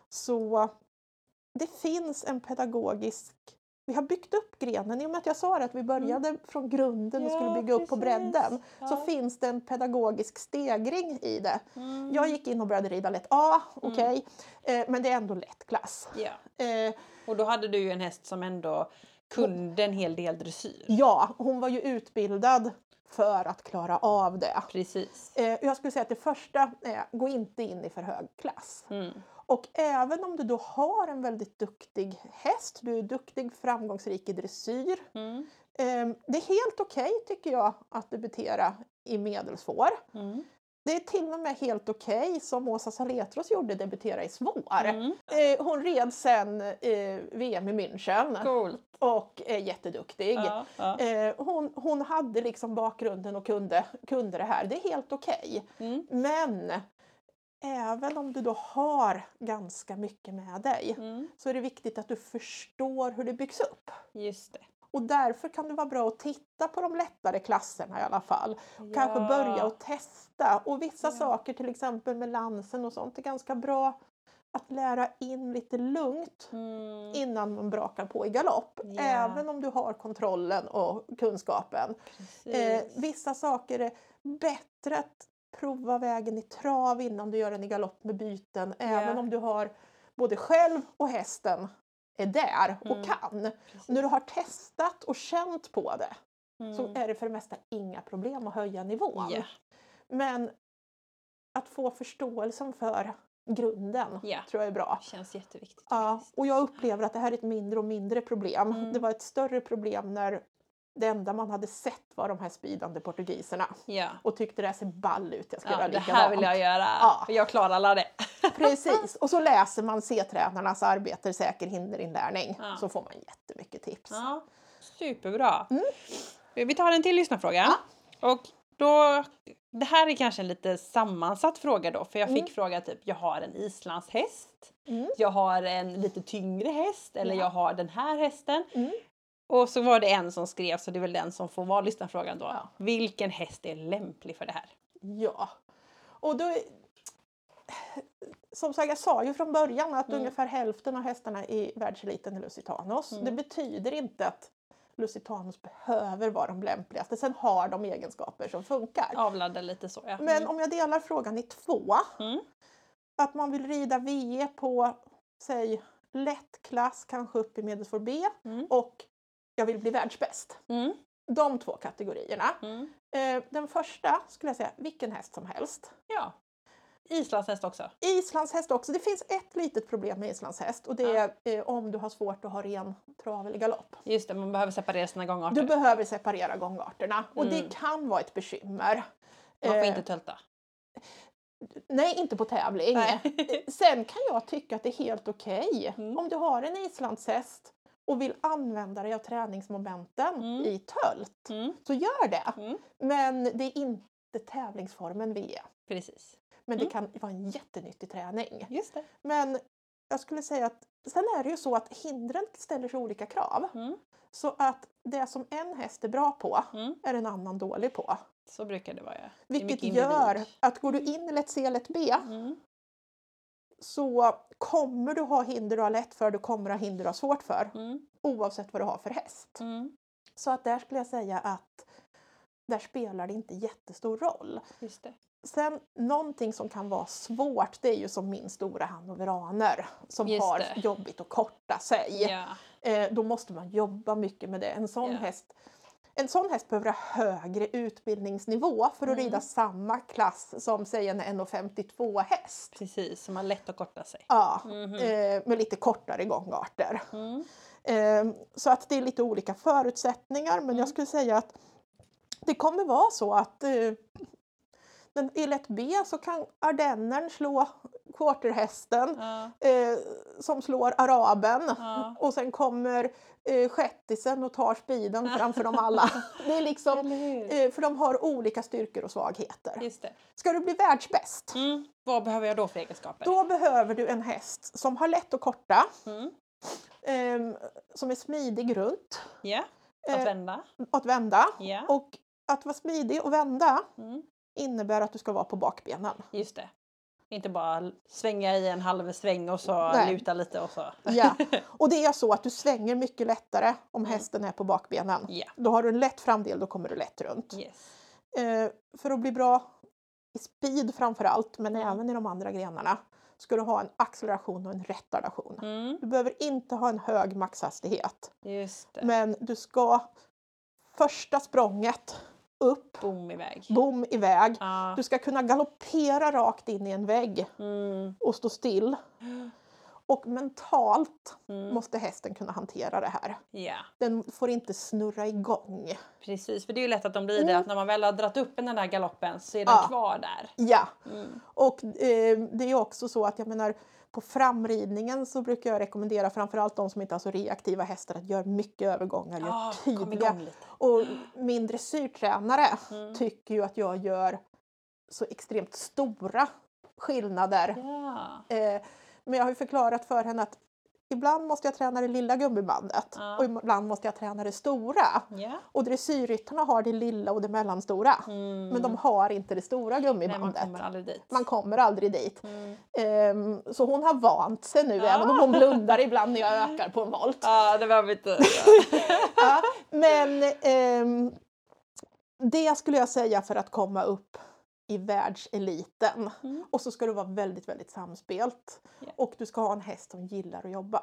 så det finns en pedagogisk, vi har byggt upp grenen i och med att jag sa det, att vi började från grunden och Ja, skulle bygga upp på precis. bredden. Så Ja. finns det en pedagogisk stegring i det. Mm. Jag gick in och började rida lätt A, okej, eh, men det är ändå lätt klass. Ja. Eh, Och då hade du ju en häst som ändå kunde en hel del dressyr. ja, hon var ju utbildad för att klara av det. Precis. Eh, jag skulle säga att det första är, gå inte in i för hög klass. Mm. Och även om du då har en väldigt duktig häst, du är duktig, framgångsrik i dressyr. Mm. Eh, det är helt okej tycker jag att debutera i medelsvår. Mm. Det är till och med helt okej som Åsa Saletros gjorde, debutera i svår. Mm. Eh, hon red sen eh, V M i München Coolt. och är jätteduktig. Ja, ja. Eh, hon, hon hade liksom bakgrunden och kunde, kunde det här. Det är helt okej. Mm. Men även om du då har ganska mycket med dig Mm. så är det viktigt att du förstår hur det byggs upp. Just det. Och därför kan det vara bra att titta på de lättare klasserna i alla fall. Kanske Ja. börja och testa. Och vissa Ja. saker, till exempel med lansen och sånt, är ganska bra att lära in lite lugnt Mm. innan man brakar på i galopp. Ja. Även om du har kontrollen och kunskapen. Precis. Eh, vissa saker är bättre att prova vägen i trav innan du gör den i galopp med byten. Även om du har både själv och hästen är där och Mm. kan. Precis. Och när du har testat och känt på det Mm. så är det för det mesta inga problem att höja nivån. Ja. Men att få förståelsen för grunden Ja. tror jag är bra. Känns jätteviktigt. Ja, faktiskt. och jag upplever att det här är ett mindre och mindre problem. Mm. Det var ett större problem när det enda man hade sett var de här speedande portugiserna. Ja. Och tyckte det ser ball ut, jag ska Ja, göra det likadant. här vill jag göra. Ja. För jag klarar alla det. Precis, och så läser man C-tränarnas arbete, säker hinderinlärning. Ja. Så får man jättemycket tips. Ja. Superbra. Mm. Vi tar en till lyssnarfråga. Och då, det här är kanske en lite sammansatt fråga då. För jag fick Mm. fråga typ, jag har en islandshäst. Mm. Jag har en lite tyngre häst. Eller Ja. jag har den här hästen. Mm. Och så var det en som skrev, så det är väl den som får vara lyssnarfrågan då. Ja. Vilken häst är lämplig för det här? Ja, och då... Som sagt, jag sa ju från början att Mm. ungefär hälften av hästarna i världseliten är Lusitanos. Mm. Det betyder inte att Lusitanos behöver vara de lämpligaste. Sen har de egenskaper som funkar. Avladda lite så, ja. Men Mm. om jag delar frågan i två. Mm. Att man vill rida V E på, säg, lätt klass, kanske upp i medelsvår B. Mm. Och jag vill bli världsbäst. Mm. De två kategorierna. Mm. Eh, den första skulle jag säga, vilken häst som helst. Ja. Islandshäst också. Islandshäst också. Det finns ett litet problem med islandshäst. Och det är eh, om du har svårt att ha ren trav eller galopp. Just det, man behöver separera sina gångarter. Du behöver separera gångarterna. Och Mm. det kan vara ett bekymmer. Man får Eh, inte tölta. Nej, inte på tävling. Nej. Sen kan jag tycka att det är helt okej. Mm. Om du har en islandshäst och vill använda dig av träningsmomenten Mm. i tölt. Mm. Så gör det. Mm. Men det är inte tävlingsformen V E. Precis. Men Mm. det kan vara en jättenyttig träning. Just det. Men jag skulle säga att sen är det ju så att hindren ställer sig olika krav. Mm. Så att det som en häst är bra på Mm. är en annan dålig på. Så brukar det vara. Ja. Det är Vilket mycket gör individ. att går du in i lätt C, lätt B Mm. så kommer du ha hinder du har lätt för, du kommer ha hinder du har svårt för. Mm. Oavsett vad du har för häst. Mm. Så att där skulle jag säga att där spelar det inte jättestor roll. Just det. Sen någonting som kan vara svårt, det är ju som min stora hannoveraner som Just har det. jobbigt att korta sig. Ja. Eh, då måste man jobba mycket med det. En sån Ja. häst En sån häst behöver ha högre utbildningsnivå för att Mm. rida samma klass som säg en en femtiotvå häst. Precis, som har lätt att korta sig. Ja, Mhm. eh, med lite kortare gångarter. Mm. Eh, så att det är lite olika förutsättningar, men Mm. jag skulle säga att det kommer vara så att eh, den, i lätt B så kan ardennern slå quarterhästen Ja. eh, som slår araben Ja. och sen kommer eh, shettisen och tar speeden framför dem alla. Det är liksom, Eller hur? eh, för de har olika styrkor och svagheter. Just det. Ska du bli världsbäst, Mm. Vad behöver jag då för egenskaper? då behöver du en häst som har lätt att korta, Mm. eh, som är smidig runt, Ja, att eh, vända. att vända. Ja. Och att vara smidig och vända Mm. innebär att du ska vara på bakbenen. Just det. Inte bara svänga i en halv sväng och så Nej. luta lite och så. Ja. Och det är så att du svänger mycket lättare om Mm. hästen är på bakbenen. Ja. Då har du en lätt framdel, då kommer du lätt runt. Yes. Eh, för att bli bra i speed framför allt, men Mm. även i de andra grenarna, ska du ha en acceleration och en retardation. Mm. Du behöver inte ha en hög maxhastighet, Just det. men du ska första språnget upp, Boom iväg. bom iväg. Ja. Du ska kunna galoppera rakt in i en vägg Mm. och stå still. Och mentalt Mm. måste hästen kunna hantera det här. Ja, Den får inte snurra igång. precis. För det är ju lätt att de blir det, Mm. att när man väl har dratt upp den där galoppen så är den Ja. kvar där. Ja, Mm. och eh, det är ju också så att jag menar på framridningen så brukar jag rekommendera framförallt de som inte har så reaktiva hästar att göra mycket övergångar, Ja, gör kom tydliga. igång lite. Och min dressyrtränare Mm. tycker ju att jag gör så extremt stora skillnader. Ja. Eh, men jag har ju förklarat för henne att ibland måste jag träna det lilla gummibandet Ja. och ibland måste jag träna det stora. Ja. Och dressyrryttarna har det lilla och det mellanstora. Mm. Men de har inte det stora Nej, man gummibandet. kommer aldrig dit. Man kommer aldrig dit. Mm. Ehm, så hon har vant sig nu, Ja. även om hon blundar ibland när jag ökar på en volt. Ja, det var lite... Ja, men ehm, det skulle jag säga för att komma upp i världseliten. Mm. Och så ska du vara väldigt, väldigt samspelt. Ja. Och du ska ha en häst som gillar att jobba.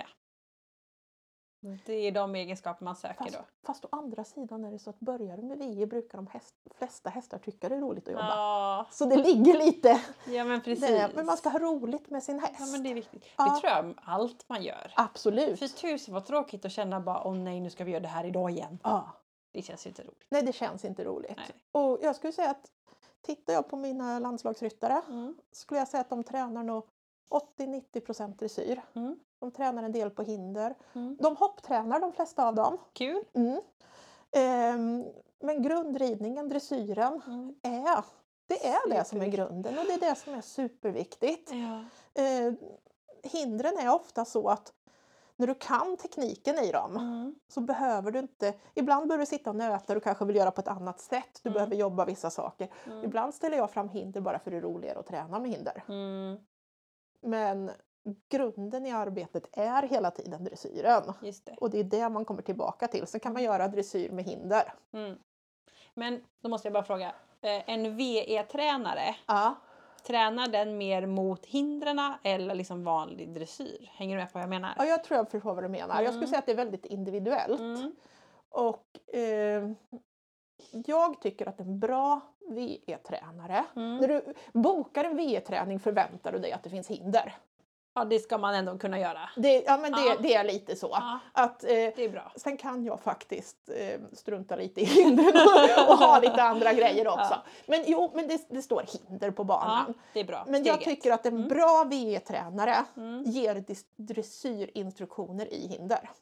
Det är de egenskaper man söker Fast, då. fast å andra sidan är det så att börjar du med V I brukar de häst, flesta hästar tycka det är roligt att jobba. Ja, Så det ligger lite ja men precis. där. Men man ska ha roligt med sin häst. Ja, men det är viktigt. Ja. Det tror jag om allt man gör. Absolut. För tusen vad tråkigt att känna bara, åh nej nu ska vi göra det här idag igen. Ja. Det känns ju inte roligt. Nej, det känns inte roligt. Nej. Och jag skulle säga att tittar jag på mina landslagsryttare Mm. skulle jag säga att de tränar nog åttio till nittio procent dressyr. Mm. De tränar en del på hinder. Mm. De hopptränar de flesta av dem. Kul. Mm. Ehm, men grundridningen, dressyren, Mm. är, det är det som är Superviktigt. grunden och det är det som är superviktigt. Ja. Ehm, hindren är ofta så att när du kan tekniken i dem Mm. så behöver du inte, ibland behöver du sitta och nöta, du kanske vill göra på ett annat sätt, du Mm. behöver jobba vissa saker. Mm. Ibland ställer jag fram hinder bara för det är roligare att träna med hinder. Mm. Men grunden i arbetet är hela tiden dressyren. Just det. Och det är det man kommer tillbaka till. Så kan man göra dressyr med hinder. Mm. Men då måste jag bara fråga. eh, En V E-tränare, Ja, tränar den mer mot hindren eller liksom vanlig dressyr? Hänger du med på vad jag menar? ja jag tror jag förstår vad du menar. Jag skulle Mm. säga att det är väldigt individuellt. Mm. Och eh, jag tycker att en bra V E-tränare, Mm. när du bokar en V E-träning förväntar du dig att det finns hinder. Ja, det ska man ändå kunna göra. Det, ja, men det, Ja. det är lite så. Ja, Att, eh, det är bra. sen kan jag faktiskt eh, strunta lite i hindren och, och ha lite andra grejer också. Ja. Men jo, men det, det står hinder på Ja, banan. det är bra. Men jag Steget. tycker att en Mm. bra V E-tränare Mm. ger dis- dressyrinstruktioner i hinder.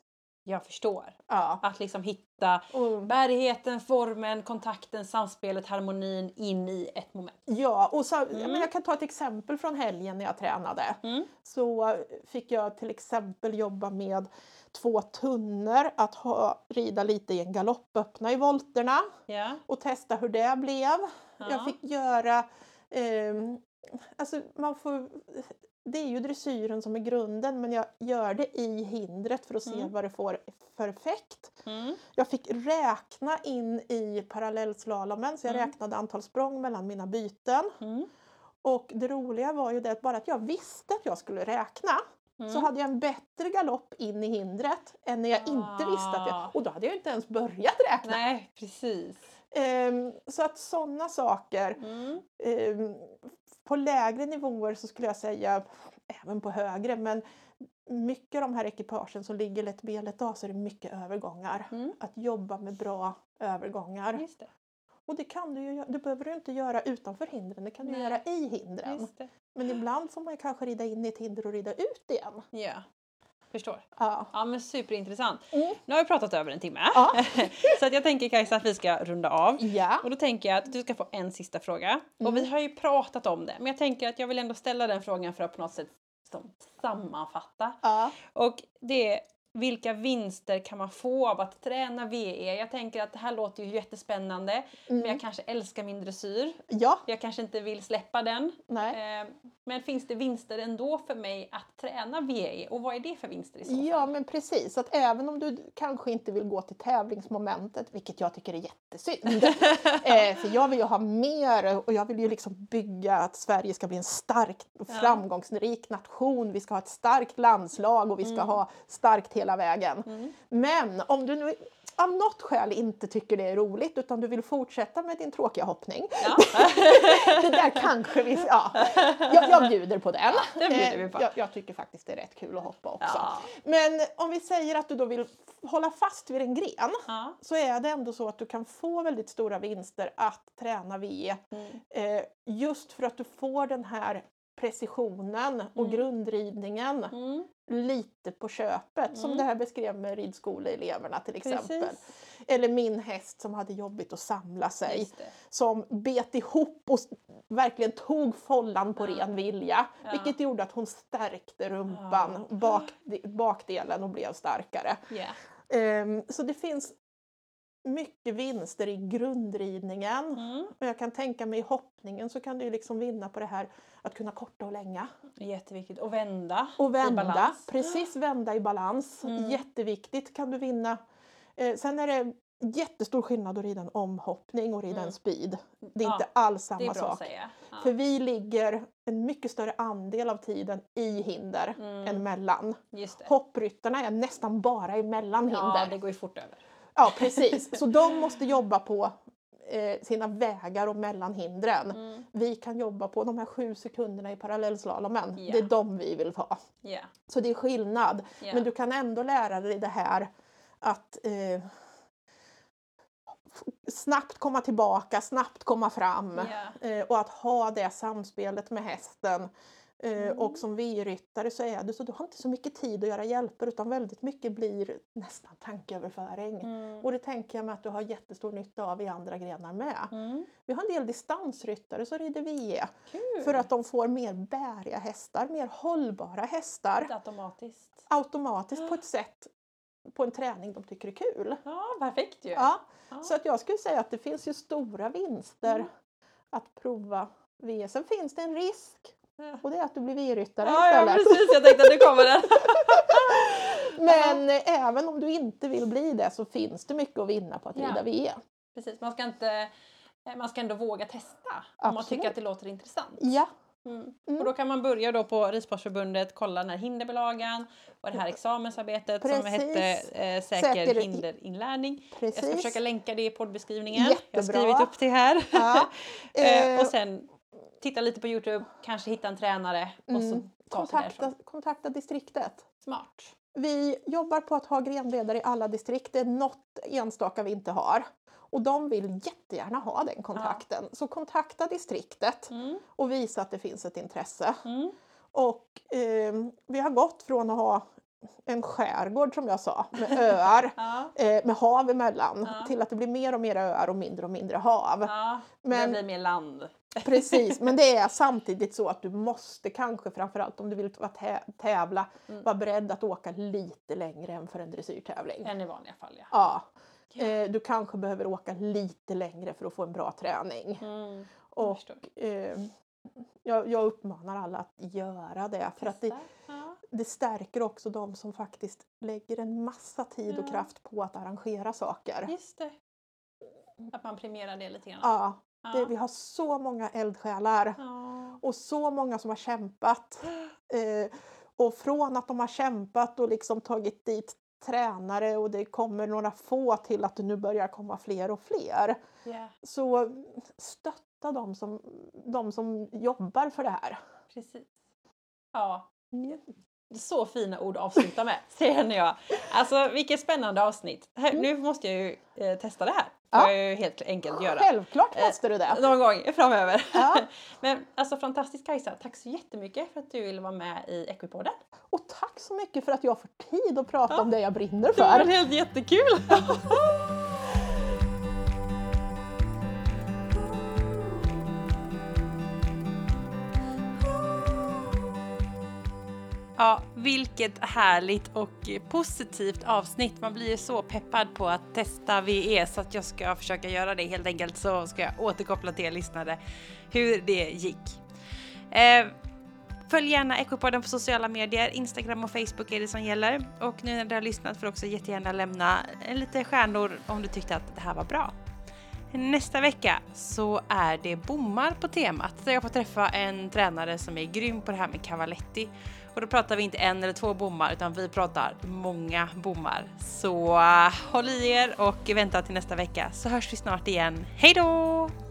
Jag förstår. Ja. Att liksom hitta Och, bärigheten, formen, kontakten, samspelet, harmonin in i ett moment. ja, och så, Mm. ja, men jag kan ta ett exempel från helgen när jag tränade. Mm. Så fick jag till exempel jobba med två tunnor, att ha, rida lite i en galopp, öppna i volterna Ja. och testa hur det blev. Ja. Jag fick göra, eh, alltså man får, det är ju dressyren som är grunden, men jag gör det i hindret för att se Mm. vad det får för effekt. Mm. Jag fick räkna in i parallellslalomen, så jag Mm. räknade antal språng mellan mina byten. Mm. Och det roliga var ju det att bara att jag visste att jag skulle räkna, Mm. så hade jag en bättre galopp in i hindret än när jag Ah. inte visste att jag... Och då hade jag inte ens börjat räkna. Nej, precis. Ehm, så att sådana saker. Mm. Ehm, på lägre nivåer så skulle jag säga, även på högre, men mycket av de här ekipagen som ligger lätt B, lätt A, så är det mycket övergångar. Mm. Att jobba med bra övergångar. Just det. Och det kan du ju, det behöver du inte göra utanför hindren, det kan du Nej. göra i hindren. Just det. Men ibland får man kanske rida in i ett hinder och rida ut igen. Ja, förstår. Ja. Ja, men superintressant. Mm. Nu har vi pratat över en timme. Ja. Så att jag tänker, Kajsa, att vi ska runda av. Ja. Och då tänker jag att du ska få en sista fråga. Mm. Och vi har ju pratat om det. Men jag tänker att jag vill ändå ställa den frågan för att på något sätt som sammanfatta. Ja. Och det är, vilka vinster kan man få av att träna V E? Jag tänker att det här låter ju jättespännande. Mm. Men jag kanske älskar min dressyr. Ja. Jag kanske inte vill släppa den. Nej. Eh, men finns det vinster ändå för mig att träna V E? Och vad är det för vinster i så fall? Ja, men precis. Så att även om du kanske inte vill gå till tävlingsmomentet, vilket jag tycker är jättesynd. eh, för jag vill ju ha mer, och jag vill ju liksom bygga att Sverige ska bli en stark och Ja. framgångsrik nation. Vi ska ha ett starkt landslag och vi ska Mm. ha starkt hela vägen. Mm. Men om du nu av något skäl inte tycker det är roligt, utan du vill fortsätta med din tråkiga hoppning. Ja. Det där kanske vi... Ja, jag, jag bjuder på den. det bjuder vi Eh, på. Jag, jag tycker faktiskt det är rätt kul att hoppa också. Ja. Men om vi säger att du då vill hålla fast vid en gren, Ja. så är det ändå så att du kan få väldigt stora vinster att träna V E. Mm. Eh, just för att du får den här precisionen och Mm. grundridningen Mm. lite på köpet. Som Mm. det här beskrev med ridskoleeleverna till exempel. Precis. Eller min häst som hade jobbigt att samla sig. Just det. Som bet ihop och s- verkligen tog follan på Ja. ren vilja. Ja. Vilket gjorde att hon stärkte rumpan, Ja. bak, bakdelen, och blev starkare. Ja. Ehm, så det finns mycket vinster i grundridningen. Mm. Och jag kan tänka mig i hoppningen så kan du ju liksom vinna på det här att kunna korta och länga. Jätteviktigt. Och vända. Och I vända, balans. precis, vända i balans. Mm. Jätteviktigt, kan du vinna. Eh, sen är det jättestor skillnad att rida en omhoppning och rida Mm. en speed. Det är Ja, inte alls Det är samma bra att sak. säga. Ja. För vi ligger en mycket större andel av tiden i hinder Mm. än mellan. Just det. Hoppryttarna är nästan bara emellan Ja, hinder. det går ju fort över. Ja, precis. Så de måste jobba på eh, sina vägar och mellan hindren. Mm. Vi kan jobba på de här sju sekunderna i parallellslalomen. Ja. Det är de vi vill ha. Ja. Så det är skillnad. Ja. Men du kan ändå lära dig det här att eh, snabbt komma tillbaka, snabbt komma fram. Ja. Eh, och att ha det samspelet med hästen. Eh, Mm. Och som V-ryttare så är du så du har inte så mycket tid att göra hjälper, utan väldigt mycket blir nästan tankeöverföring. Mm. Och det tänker jag mig att du har jättestor nytta av i andra grenar med. Mm. Vi har en del distansryttare som rider V E. Kul. För att de får mer bäriga hästar, mer hållbara hästar. Automatiskt. Automatiskt på ett sätt, på en träning de tycker är kul. Ja, perfekt ju. Ja, Ja. så att jag skulle säga att det finns ju stora vinster Mm. att prova V E. Sen finns det en risk, Ja. och det är att du blir V-ryttare Ja, ja, istället. precis. Jag tänkte att det kommer den. Men eh, även om du inte vill bli det så finns det mycket att vinna på att Ja. rida V E. Precis, man ska inte... Man ska ändå våga testa om man Absolut. tycker att det låter intressant. Ja, Mm. Mm. Och då kan man börja då på Ridsportförbundet, kolla den här hinderbilagan och det här examensarbetet som Precis. hette eh, Säker, Säker- hinderinlärning. Jag precis. ska försöka länka det i poddbeskrivningen. Jag har Jättebra. skrivit upp det här. Ja. eh, Eh, och sen titta lite på Youtube, kanske hitta en tränare och så mm, ta sig kontakta, därifrån. kontakta distriktet. Smart. Vi jobbar på att ha grenledare i alla distrikt. Det är något enstaka vi inte har. Och de vill jättegärna ha den kontakten. Så kontakta distriktet Mm. och visa att det finns ett intresse. Mm. Och eh, vi har gått från att ha en skärgård som jag sa, med öar, Ja. eh, med hav emellan, Ja. till att det blir mer och mer öar och mindre och mindre hav. Ja, Men- det blir mer land. Precis, men det är samtidigt så att du måste kanske, framförallt om du vill vara tä- tävla, Mm. vara beredd att åka lite längre än för en dressyrtävling. Än i vanliga fall, ja. Ja. Ja. Eh, du kanske behöver åka lite längre för att få en bra träning. Mm. Och förstår. eh, jag, jag uppmanar alla att göra det, för att det, Testa. Ja. det stärker också de som faktiskt lägger en massa tid och Ja. kraft på att arrangera saker. Just det. Att man premierar det lite grann. Ja, Ja. det, vi har så många eldsjälar Ja. och så många som har kämpat. Eh, och från att de har kämpat och liksom tagit dit tränare och det kommer några få till att det nu börjar komma fler och fler. Ja, Så stötta de som, de som jobbar för det här. precis. Ja, Mm. så fina ord att avsluta med, känner jag. Alltså, vilket spännande avsnitt. Här, nu måste jag ju eh, testa det här. Det Ja. får jag ju helt enkelt göra. Självklart måste du det. Någon gång framöver. Ja. Men alltså fantastiskt Kajsa, tack så jättemycket för att du ville vara med i Equipodden. Och tack så mycket för att jag får tid att prata Ja. om det jag brinner Det var för. helt jättekul! Ja, vilket härligt och positivt avsnitt. Man blir ju så peppad på att testa V E så att jag ska försöka göra det helt enkelt, så ska jag återkoppla till er lyssnare hur det gick. Eh, följ gärna Equipodden på sociala medier, Instagram och Facebook är det som gäller. Och nu när du har lyssnat får du också jättegärna lämna lite stjärnor om du tyckte att det här var bra. Nästa vecka så är det bommar på temat. Så jag får träffa en tränare som är grym på det här med cavaletti. Och då pratar vi inte en eller två bommar utan vi pratar många bommar. Så uh, håll i er och vänta till nästa vecka så hörs vi snart igen. Hej då!